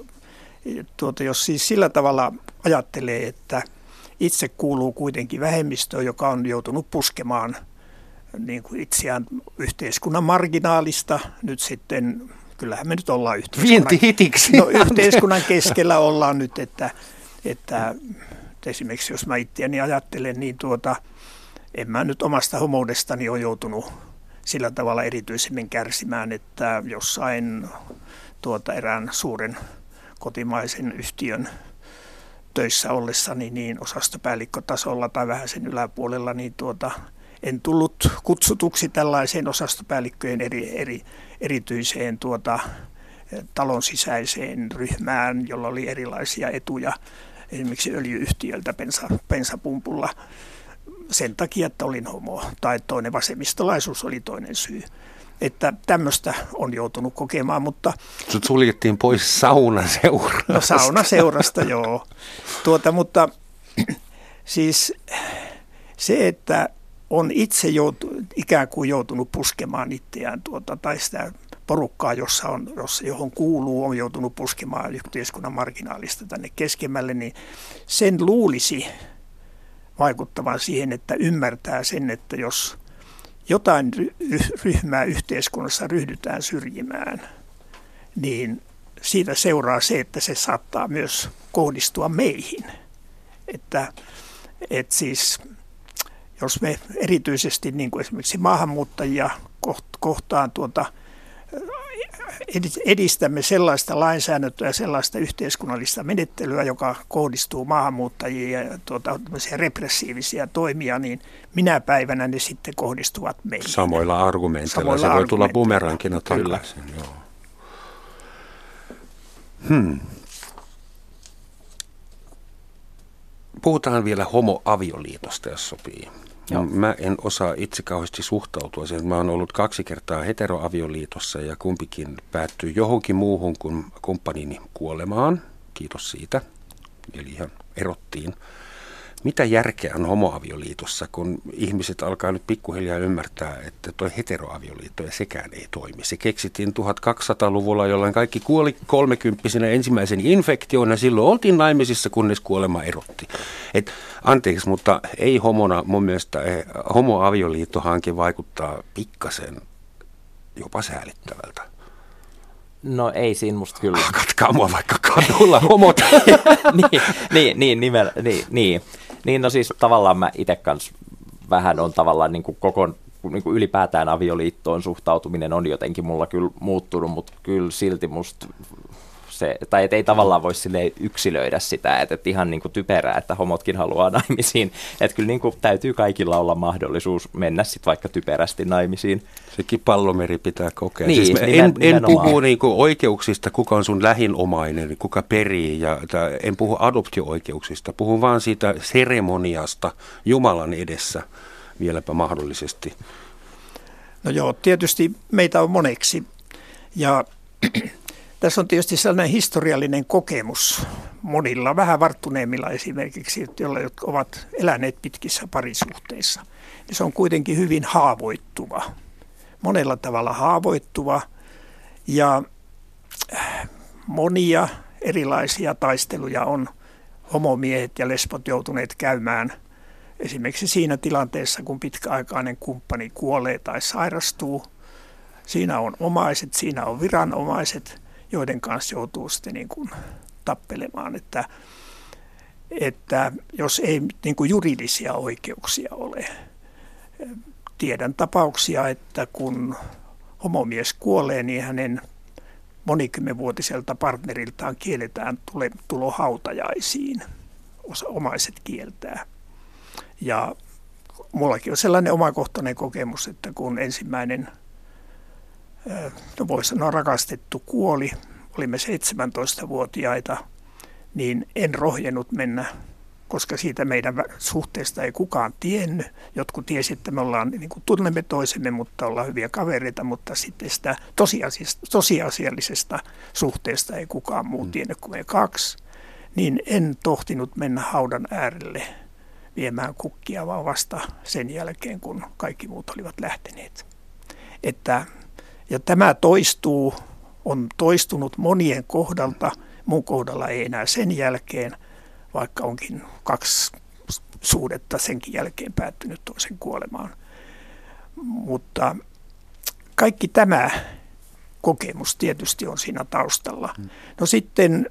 siis sillä tavalla ajattelee, että itse kuuluu kuitenkin vähemmistöön, joka on joutunut puskemaan niin kuin itseään yhteiskunnan marginaalista. Nyt sitten, kyllähän me nyt ollaan yhteiskunnan keskellä ollaan nyt, että esimerkiksi jos mä itseäni ajattelen, niin en mä nyt omasta homoudestani ole joutunut sillä tavalla erityisemmin kärsimään, että jossain erään suuren kotimaisen yhtiön töissä ollessani niin osastopäällikkötasolla tai vähän sen yläpuolella, niin en tullut kutsutuksi tällaiseen osastopäällikköjen erityiseen talon sisäiseen ryhmään, jolla oli erilaisia etuja, esimerkiksi öljyyhtiöltä bensapumpulla sen takia, että olin homo, tai toinen vasemmistolaisuus oli toinen syy. Että tämmöistä on joutunut kokemaan, mutta sut suljettiin pois saunaseurasta. No saunaseurasta, joo. Mutta siis se, että on itse ikään kuin joutunut puskemaan itseään tai sitä porukkaa, johon kuuluu, on joutunut puskemaan yhteiskunnan marginaalista tänne keskemmälle, niin sen luulisi vaikuttavan siihen, että ymmärtää sen, että jos jotain ryhmää yhteiskunnassa ryhdytään syrjimään, niin siitä seuraa se, että se saattaa myös kohdistua meihin. Että siis, jos me erityisesti niin kuin esimerkiksi maahanmuuttajia kohtaan edistämme sellaista lainsäädäntöä ja sellaista yhteiskunnallista menettelyä, joka kohdistuu maahanmuuttajiin ja repressiivisiä toimia, niin minä päivänä ne sitten kohdistuvat meihin. Samoilla argumenteilla. Se voi tulla bumerangina takaisin. Joo. Puhutaan vielä homoavioliitosta, jos sopii. Mä en osaa itse kauheasti suhtautua siihen. Mä oon ollut 2 kertaa heteroavioliitossa ja kumpikin päättyi johonkin muuhun kuin kumppanini kuolemaan. Kiitos siitä. Eli ihan erottiin. Mitä järkeä on homoavioliitossa, kun ihmiset alkaa nyt pikkuhiljaa ymmärtää, että tuo heteroavioliitto ja sekään ei toimi. Se keksittiin 1200-luvulla, jolloin kaikki kuoli 30-vuotiaana ensimmäisen infektion ja silloin oltiin naimisissa, kunnes kuolema erotti. Anteeksi, mutta ei homona mun mielestä homoavioliittohanke vaikuttaa pikkasen jopa säälittävältä. No ei siinä musta kyllä. Katkaa mua vaikka kadulla, homot. Niin, no siis tavallaan mä itse kanssa vähän on tavallaan niin kuin ylipäätään avioliittoon suhtautuminen on jotenkin mulla kyllä muuttunut, mutta kyllä silti musta se, tai ei tavallaan voi silleen yksilöidä sitä, että ihan niin kuin typerää, että homotkin haluaa naimisiin, että kyllä niin kuin täytyy kaikilla olla mahdollisuus mennä sitten vaikka typerästi naimisiin. Sekin Pallomeri pitää kokea. Niin, siis en puhu niinku oikeuksista, kuka on sun lähinomainen, kuka perii, en puhu adoptio-oikeuksista, puhun vaan siitä seremoniasta Jumalan edessä vieläpä mahdollisesti. No joo, tietysti meitä on moneksi ja tässä on tietysti sellainen historiallinen kokemus monilla, vähän varttuneemmilla esimerkiksi, jotka ovat eläneet pitkissä parisuhteissa. Ja se on kuitenkin hyvin haavoittuva, monella tavalla haavoittuva ja monia erilaisia taisteluja on homomiehet ja lesbot joutuneet käymään esimerkiksi siinä tilanteessa, kun pitkäaikainen kumppani kuolee tai sairastuu. Siinä on omaiset, siinä on viranomaiset, joiden kanssa joutuu sitten niin kuin tappelemaan, että jos ei niin kuin juridisia oikeuksia ole. Tiedän tapauksia, että kun homomies kuolee, niin hänen monikymmenvuotiselta partneriltaan kielletään tulo hautajaisiin. Omaiset kieltää. Ja mullakin on sellainen omakohtainen kokemus, että kun ensimmäinen, voi sanoa rakastettu kuoli, olimme 17-vuotiaita, niin en rohjennut mennä, koska siitä meidän suhteesta ei kukaan tiennyt. Jotkut tiesi, että me ollaan, niin kuin tunnemme toisemme, mutta ollaan hyviä kavereita, mutta sitten sitä tosiasiallisesta suhteesta ei kukaan muu tiennyt kuin me kaksi. Niin en tohtinut mennä haudan äärelle viemään kukkia, vaan vasta sen jälkeen, kun kaikki muut olivat lähteneet. Ja tämä on toistunut monien kohdalta, mun kohdalla ei enää sen jälkeen, vaikka onkin 2 suhdetta senkin jälkeen päättynyt toisen kuolemaan. Mutta kaikki tämä kokemus tietysti on siinä taustalla. No sitten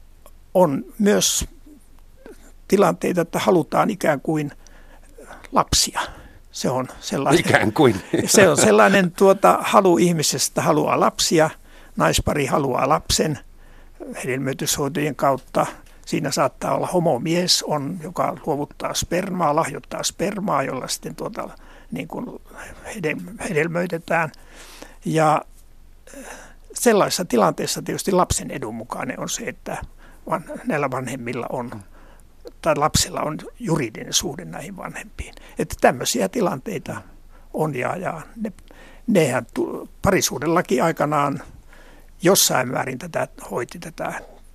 on myös tilanteita, että halutaan ikään kuin lapsia. Se on sellainen, ikään kuin. Se on sellainen halu ihmisestä haluaa lapsia. Naispari haluaa lapsen hedelmöityshoitojen kautta. Siinä saattaa olla homomies, joka luovuttaa spermaa, lahjoittaa spermaa, jolla sitten niin kuin hedelmöitetään. Ja sellaisessa tilanteessa tietysti lapsen edun mukainen on se, että näillä vanhemmilla tai lapsella on juridinen suhde näihin vanhempiin. Että tämmöisiä tilanteita on ja nehän parisuhdelaki aikanaan jossain määrin hoiti tätä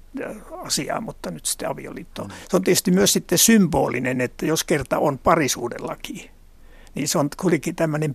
asiaa, mutta nyt sitten avioliitto. Se on tietysti myös sitten symbolinen, että jos kerta on parisuhdelaki, niin se on kuitenkin tämmöinen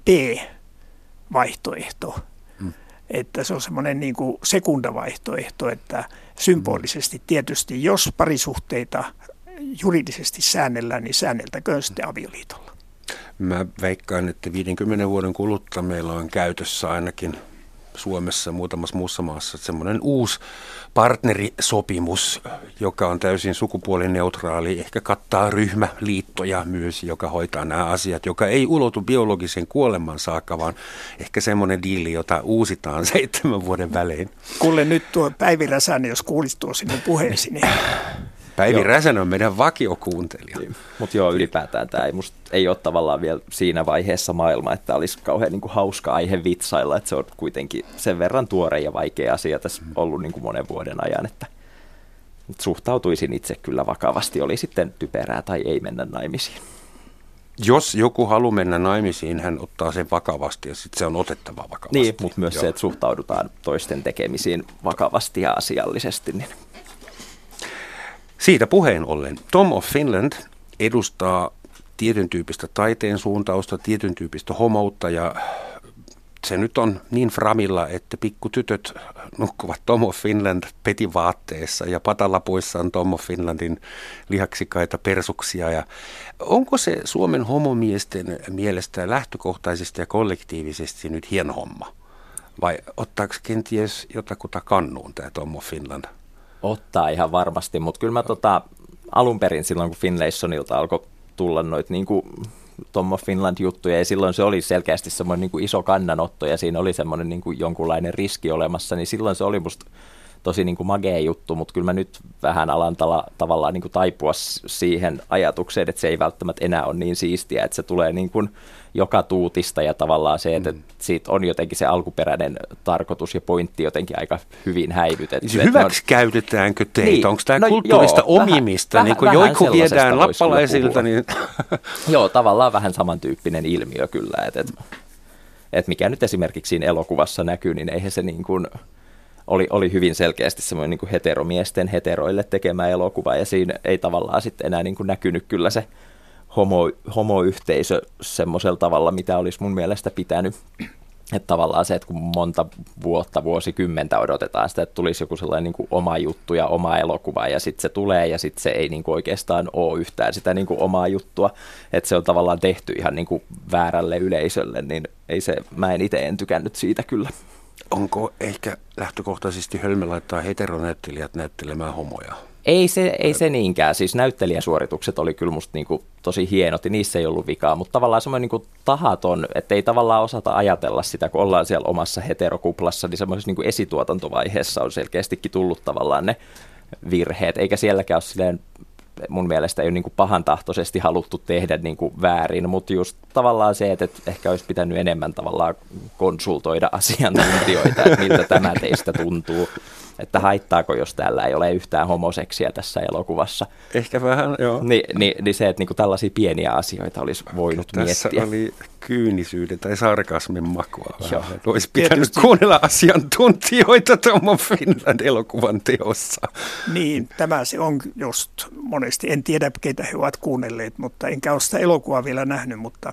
B-vaihtoehto. Että se on semmoinen niin kuin sekundavaihtoehto, että symbolisesti tietysti, jos parisuhteita juridisesti säännellään, niin säänneltäköön sitten avioliitolla. Mä veikkaan, että 50 vuoden kuluttua meillä on käytössä ainakin Suomessa ja muutamassa muussa maassa semmoinen uusi partnerisopimus, joka on täysin sukupuolineutraali, ehkä kattaa ryhmäliittoja myös, joka hoitaa nämä asiat, joka ei ulotu biologisen kuoleman saakka, vaan ehkä semmoinen diili, jota uusitaan 7 vuoden välein. Kuule nyt tuo Päivi Räsänen, jos kuulisi tuo sinun puheesi, niin... Päivi Räsänen on meidän vakiokuuntelija. Mutta joo, ylipäätään tämä ei ole tavallaan vielä siinä vaiheessa maailma, että olisi kauhean niin kuin hauska aihe vitsailla, että se on kuitenkin sen verran tuore ja vaikea asia tässä ollut niin kuin monen vuoden ajan, että suhtautuisin itse kyllä vakavasti, oli sitten typerää tai ei mennä naimisiin. Jos joku haluaa mennä naimisiin, hän ottaa sen vakavasti ja sitten se on otettava vakavasti. Niin, mutta myös se, että suhtaudutaan toisten tekemisiin vakavasti ja asiallisesti, niin... Siitä puheen ollen, Tom of Finland edustaa tietyn tyyppistä taiteen suuntausta, tietyn tyyppistä homoutta ja se nyt on niin framilla, että pikkutytöt nukkuvat Tom of Finland petivaatteessa ja patalapuissa on Tom of Finlandin lihaksikaita persuksia. Ja onko se Suomen homomiesten mielestä lähtökohtaisesti ja kollektiivisesti nyt hieno homma? Vai ottaako kenties jotakuta kannuun tämä Tom of Finland? Ottaa ihan varmasti, mutta kyllä mä alun perin silloin, kun Finlaysonilta alkoi tulla noita niin kuin Tom of Finland-juttuja, ja silloin se oli selkeästi semmoinen niin kuin iso kannanotto, ja siinä oli semmoinen niin kuin jonkunlainen riski olemassa, niin silloin se oli musta tosi niin kuin magea juttu, mutta kyllä mä nyt vähän alan tavallaan niin kuin taipua siihen ajatukseen, että se ei välttämättä enää ole niin siistiä, että se tulee niin kuin joka tuutista ja tavallaan se, että siitä on jotenkin se alkuperäinen tarkoitus ja pointti jotenkin aika hyvin häivytetty. Hyväksi käytetäänkö teitä? Niin, onko tämä kulttuurista omimista? Niin kuin joiku viedään lappalaisilta. Niin... Joo, tavallaan vähän samantyyppinen ilmiö kyllä, että mikä nyt esimerkiksi siinä elokuvassa näkyy, niin eihän se niin kuin... Oli hyvin selkeästi semmoinen niin kuin heteromiesten heteroille tekemä elokuva, ja siinä ei tavallaan sitten enää niin kuin näkynyt kyllä se homoyhteisö semmoisella tavalla, mitä olisi mun mielestä pitänyt. Että tavallaan se, että kun monta vuotta, vuosikymmentä odotetaan sitä, että tulisi joku sellainen niin kuin oma juttu ja oma elokuva, ja sitten se tulee, ja sitten se ei niin kuin oikeastaan ole yhtään sitä niin kuin omaa juttua, että se on tavallaan tehty ihan niin kuin väärälle yleisölle, niin mä en itse tykännyt siitä kyllä. Onko ehkä lähtökohtaisesti hölmö laittaa heteronäyttelijät näyttelemään homoja? Ei se niinkään. Siis näyttelijäsuoritukset oli kyllä musta niinku tosi hienot ja niissä ei ollut vikaa, mutta tavallaan semmoinen niinku tahaton, että ei tavallaan osata ajatella sitä, kun ollaan siellä omassa heterokuplassa, niin semmoisessa niinku esituotantovaiheessa on selkeästikin tullut tavallaan ne virheet, eikä sielläkään ole silleen, mun mielestä ei ole niinku pahantahtoisesti haluttu tehdä niinku väärin, mutta just tavallaan se, että ehkä olisi pitänyt enemmän tavallaan konsultoida asiantuntijoita, että miltä tämä teistä tuntuu, että haittaako, jos täällä ei ole yhtään homoseksiä tässä elokuvassa. Ehkä vähän, joo. Niin se, että niinku tällaisia pieniä asioita olisi voinut tässä miettiä. Tässä oli kyynisyyden tai sarkasmin makua. Olisi pitänyt tietysti kuunnella asiantuntijoita Tom of Finland elokuvan teossa. Niin, tämä se on just monesti. En tiedä, keitä he ovat kuunnelleet, mutta enkä ole sitä elokuvaa vielä nähnyt, mutta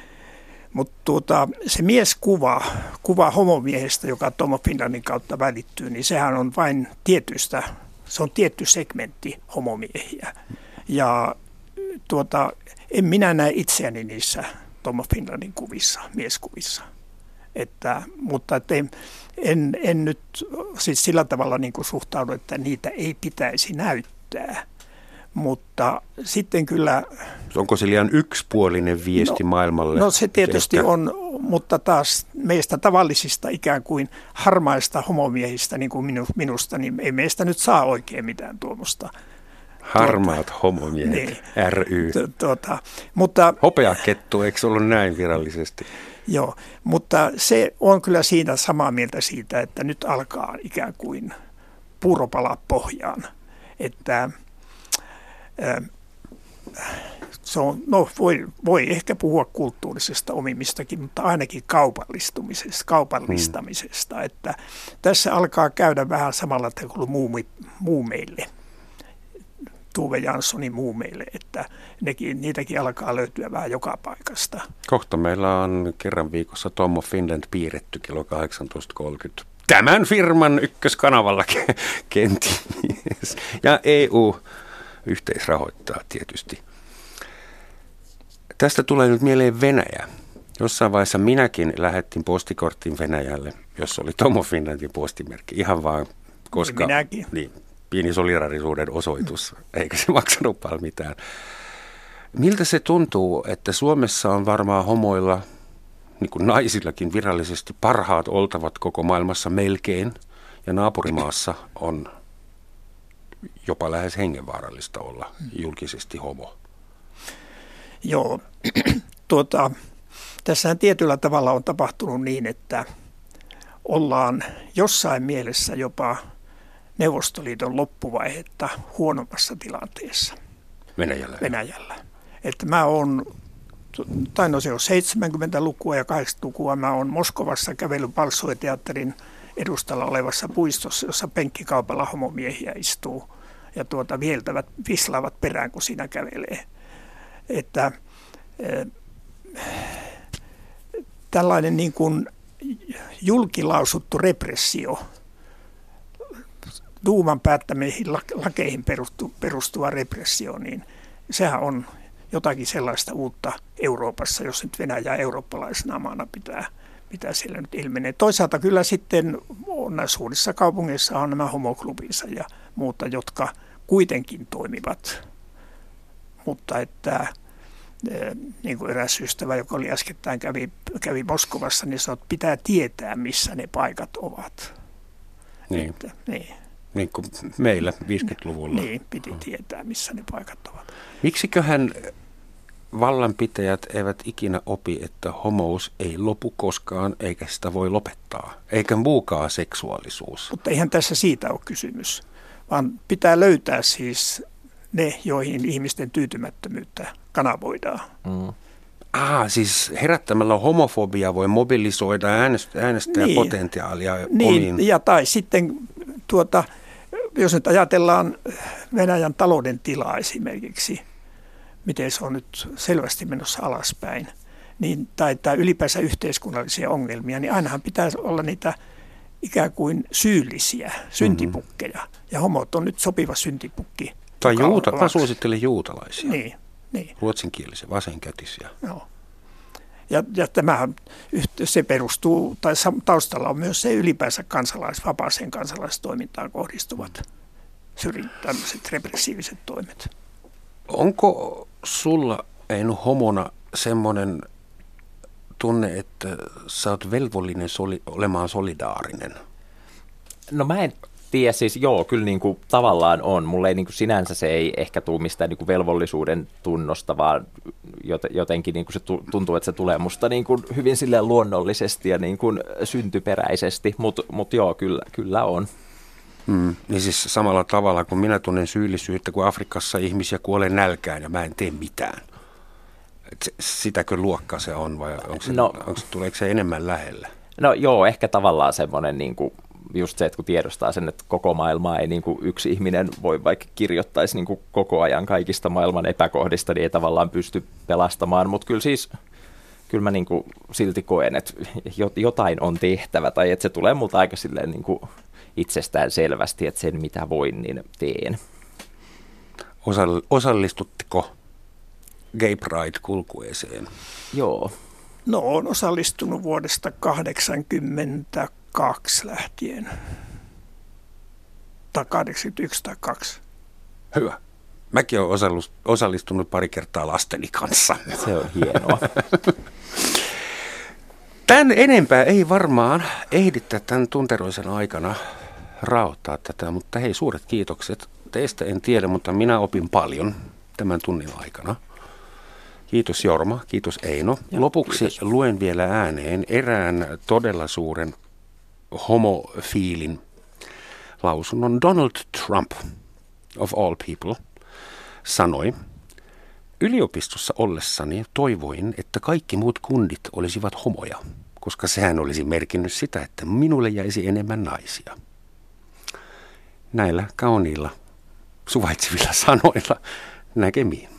se kuva homomiehestä, joka Tom of Finlandin kautta välittyy, niin sehän on vain se on tietty segmentti homomiehiä. Ja en minä näe itseäni niissä Tom of Finlandin kuvissa, mieskuvissa. Mutta en nyt siis sillä tavalla niin kuin suhtaudu, että niitä ei pitäisi näyttää. Mutta sitten kyllä... Onko se liian yksipuolinen viesti maailmalle? No se tietysti on, mutta taas meistä tavallisista ikään kuin harmaista homomiehistä, niin kuin minusta, niin ei meistä nyt saa oikein mitään tuommoista. Harmaat homomiehet, niin, ry. Mutta, hopeakettu, eikö se ollut näin virallisesti? Joo, mutta se on kyllä siinä samaa mieltä siitä, että nyt alkaa ikään kuin puuro palaa pohjaan, että... Se on, voi ehkä puhua kulttuurisesta omimistakin, mutta ainakin kaupallistamisesta. Että tässä alkaa käydä vähän samalla kuin muumeille, Tove Janssonin muumeille, että niitäkin alkaa löytyä vähän joka paikasta. Kohta meillä on kerran viikossa Tom of Finland piirretty kello 18.30. Tämän firman ykköskanavalla kenties. Ja EU yhteisrahoittaa tietysti. Tästä tulee nyt mieleen Venäjä. Jossain vaiheessa minäkin lähettin postikortin Venäjälle, jossa oli Tom of Finlandin postimerkki. Ihan vaan, koska niin, pieni solidaarisuuden osoitus, eikä se maksanut paljon mitään. Miltä se tuntuu, että Suomessa on varmaan homoilla, niin kuin naisillakin virallisesti, parhaat oltavat koko maailmassa melkein, ja naapurimaassa on jopa lähes hengenvaarallista olla julkisesti homo? Joo, tässähän tietyllä tavalla on tapahtunut niin, että ollaan jossain mielessä jopa Neuvostoliiton loppuvaihetta huonommassa tilanteessa. Venäjällä. Että mä oon, se on 70-lukua ja 80-lukua, mä oon Moskovassa kävellyt Balsoi-teatterin edustalla olevassa puistossa, jossa penkkikaupalla homomiehiä istuu ja vislaavat perään, kun siinä kävelee. Että tällainen niin kuin julkilausuttu repressio, duuman päättämiin lakeihin perustuva repressio, niin sehän on jotakin sellaista uutta Euroopassa, jos nyt Venäjää eurooppalaisena maana mitä siellä nyt ilmenee. Toisaalta kyllä sitten suurissa kaupungeissa on nämä homoklubinsa ja muuta, jotka kuitenkin toimivat. Mutta että niin kuin eräs ystävä, joka oli äskettäin kävi Moskovassa, niin sanoi, että pitää tietää, missä ne paikat ovat. Niin. Että, niin. Niin kuin meillä 50-luvulla. Niin, piti tietää, missä ne paikat ovat. Miksiköhän vallanpitäjät eivät ikinä opi, että homous ei lopu koskaan, eikä sitä voi lopettaa, eikä muukaan seksuaalisuus? Mutta eihän tässä siitä ole kysymys, vaan pitää löytää siis ne, joihin ihmisten tyytymättömyyttä kanavoidaan. Siis herättämällä homofobia voi mobilisoida äänestäjäpotentiaalia omiin. Ja tai sitten jos nyt ajatellaan Venäjän talouden tilaa esimerkiksi, miten se on nyt selvästi menossa alaspäin, niin, tai ylipäänsä yhteiskunnallisia ongelmia, niin ainahan pitää olla niitä ikään kuin syyllisiä, syntipukkeja. Ja homot on nyt sopiva syntipukki. Tai mä suosittelen juutalaisia. Niin. Ruotsinkielisiä, vasenkätisiä. Joo. Ja tämähän se perustuu, tai taustalla on myös se ylipäänsä vapaaseen kansalaistoimintaan kohdistuvat tämmöiset repressiiviset toimet. Onko sulla, Eino, homona semmoinen tunne, että sä oot velvollinen olemaan solidaarinen? No mä en tiedä, siis joo, kyllä niin kuin tavallaan on. Mulle ei niin kuin sinänsä se ei ehkä tule mistään niin kuin velvollisuuden tunnosta, vaan jotenkin niin kuin se tuntuu, että se tulee musta niin kuin hyvin silleen luonnollisesti ja niin kuin syntyperäisesti, mutta joo, kyllä on. Niin siis samalla tavalla kuin minä tunnen syyllisyyttä, kun Afrikassa ihmisiä kuolee nälkään ja mä en tee mitään. Sitäkö luokka se on vai tuleeko se enemmän lähellä? No joo, ehkä tavallaan semmoinen niin kuin just se, että kun tiedostaa sen, että koko maailmaa ei niin kuin yksi ihminen voi vaikka kirjoittaisi niin kuin koko ajan kaikista maailman epäkohdista, niin ei tavallaan pysty pelastamaan, mutta kyllä mä niin kuin silti koen, että jotain on tehtävä tai että se tulee multa aika silleen niin kuin itsestään selvästi, että sen mitä voin, niin teen. Osallistutteko Gay Pride-kulkueeseen? Joo. No, olen osallistunut vuodesta 1982 lähtien. Tai 81 tai 2. Hyvä. Mäkin olen osallistunut pari kertaa lasteni kanssa. Se on hienoa. Tän enempää ei varmaan ehditä tämän tunteroisen aikana raottaa tätä, mutta hei, suuret kiitokset. Teistä en tiedä, mutta minä opin paljon tämän tunnin aikana. Kiitos Jorma, kiitos Eino. Lopuksi kiitos. Luen vielä ääneen erään todella suuren homofiilin lausunnon. Donald Trump, of all people, sanoi: yliopistossa ollessani toivoin, että kaikki muut kundit olisivat homoja, koska sehän olisi merkinnyt sitä, että minulle jäisi enemmän naisia. Näillä kauniilla suvaitsevilla sanoilla näkemiin.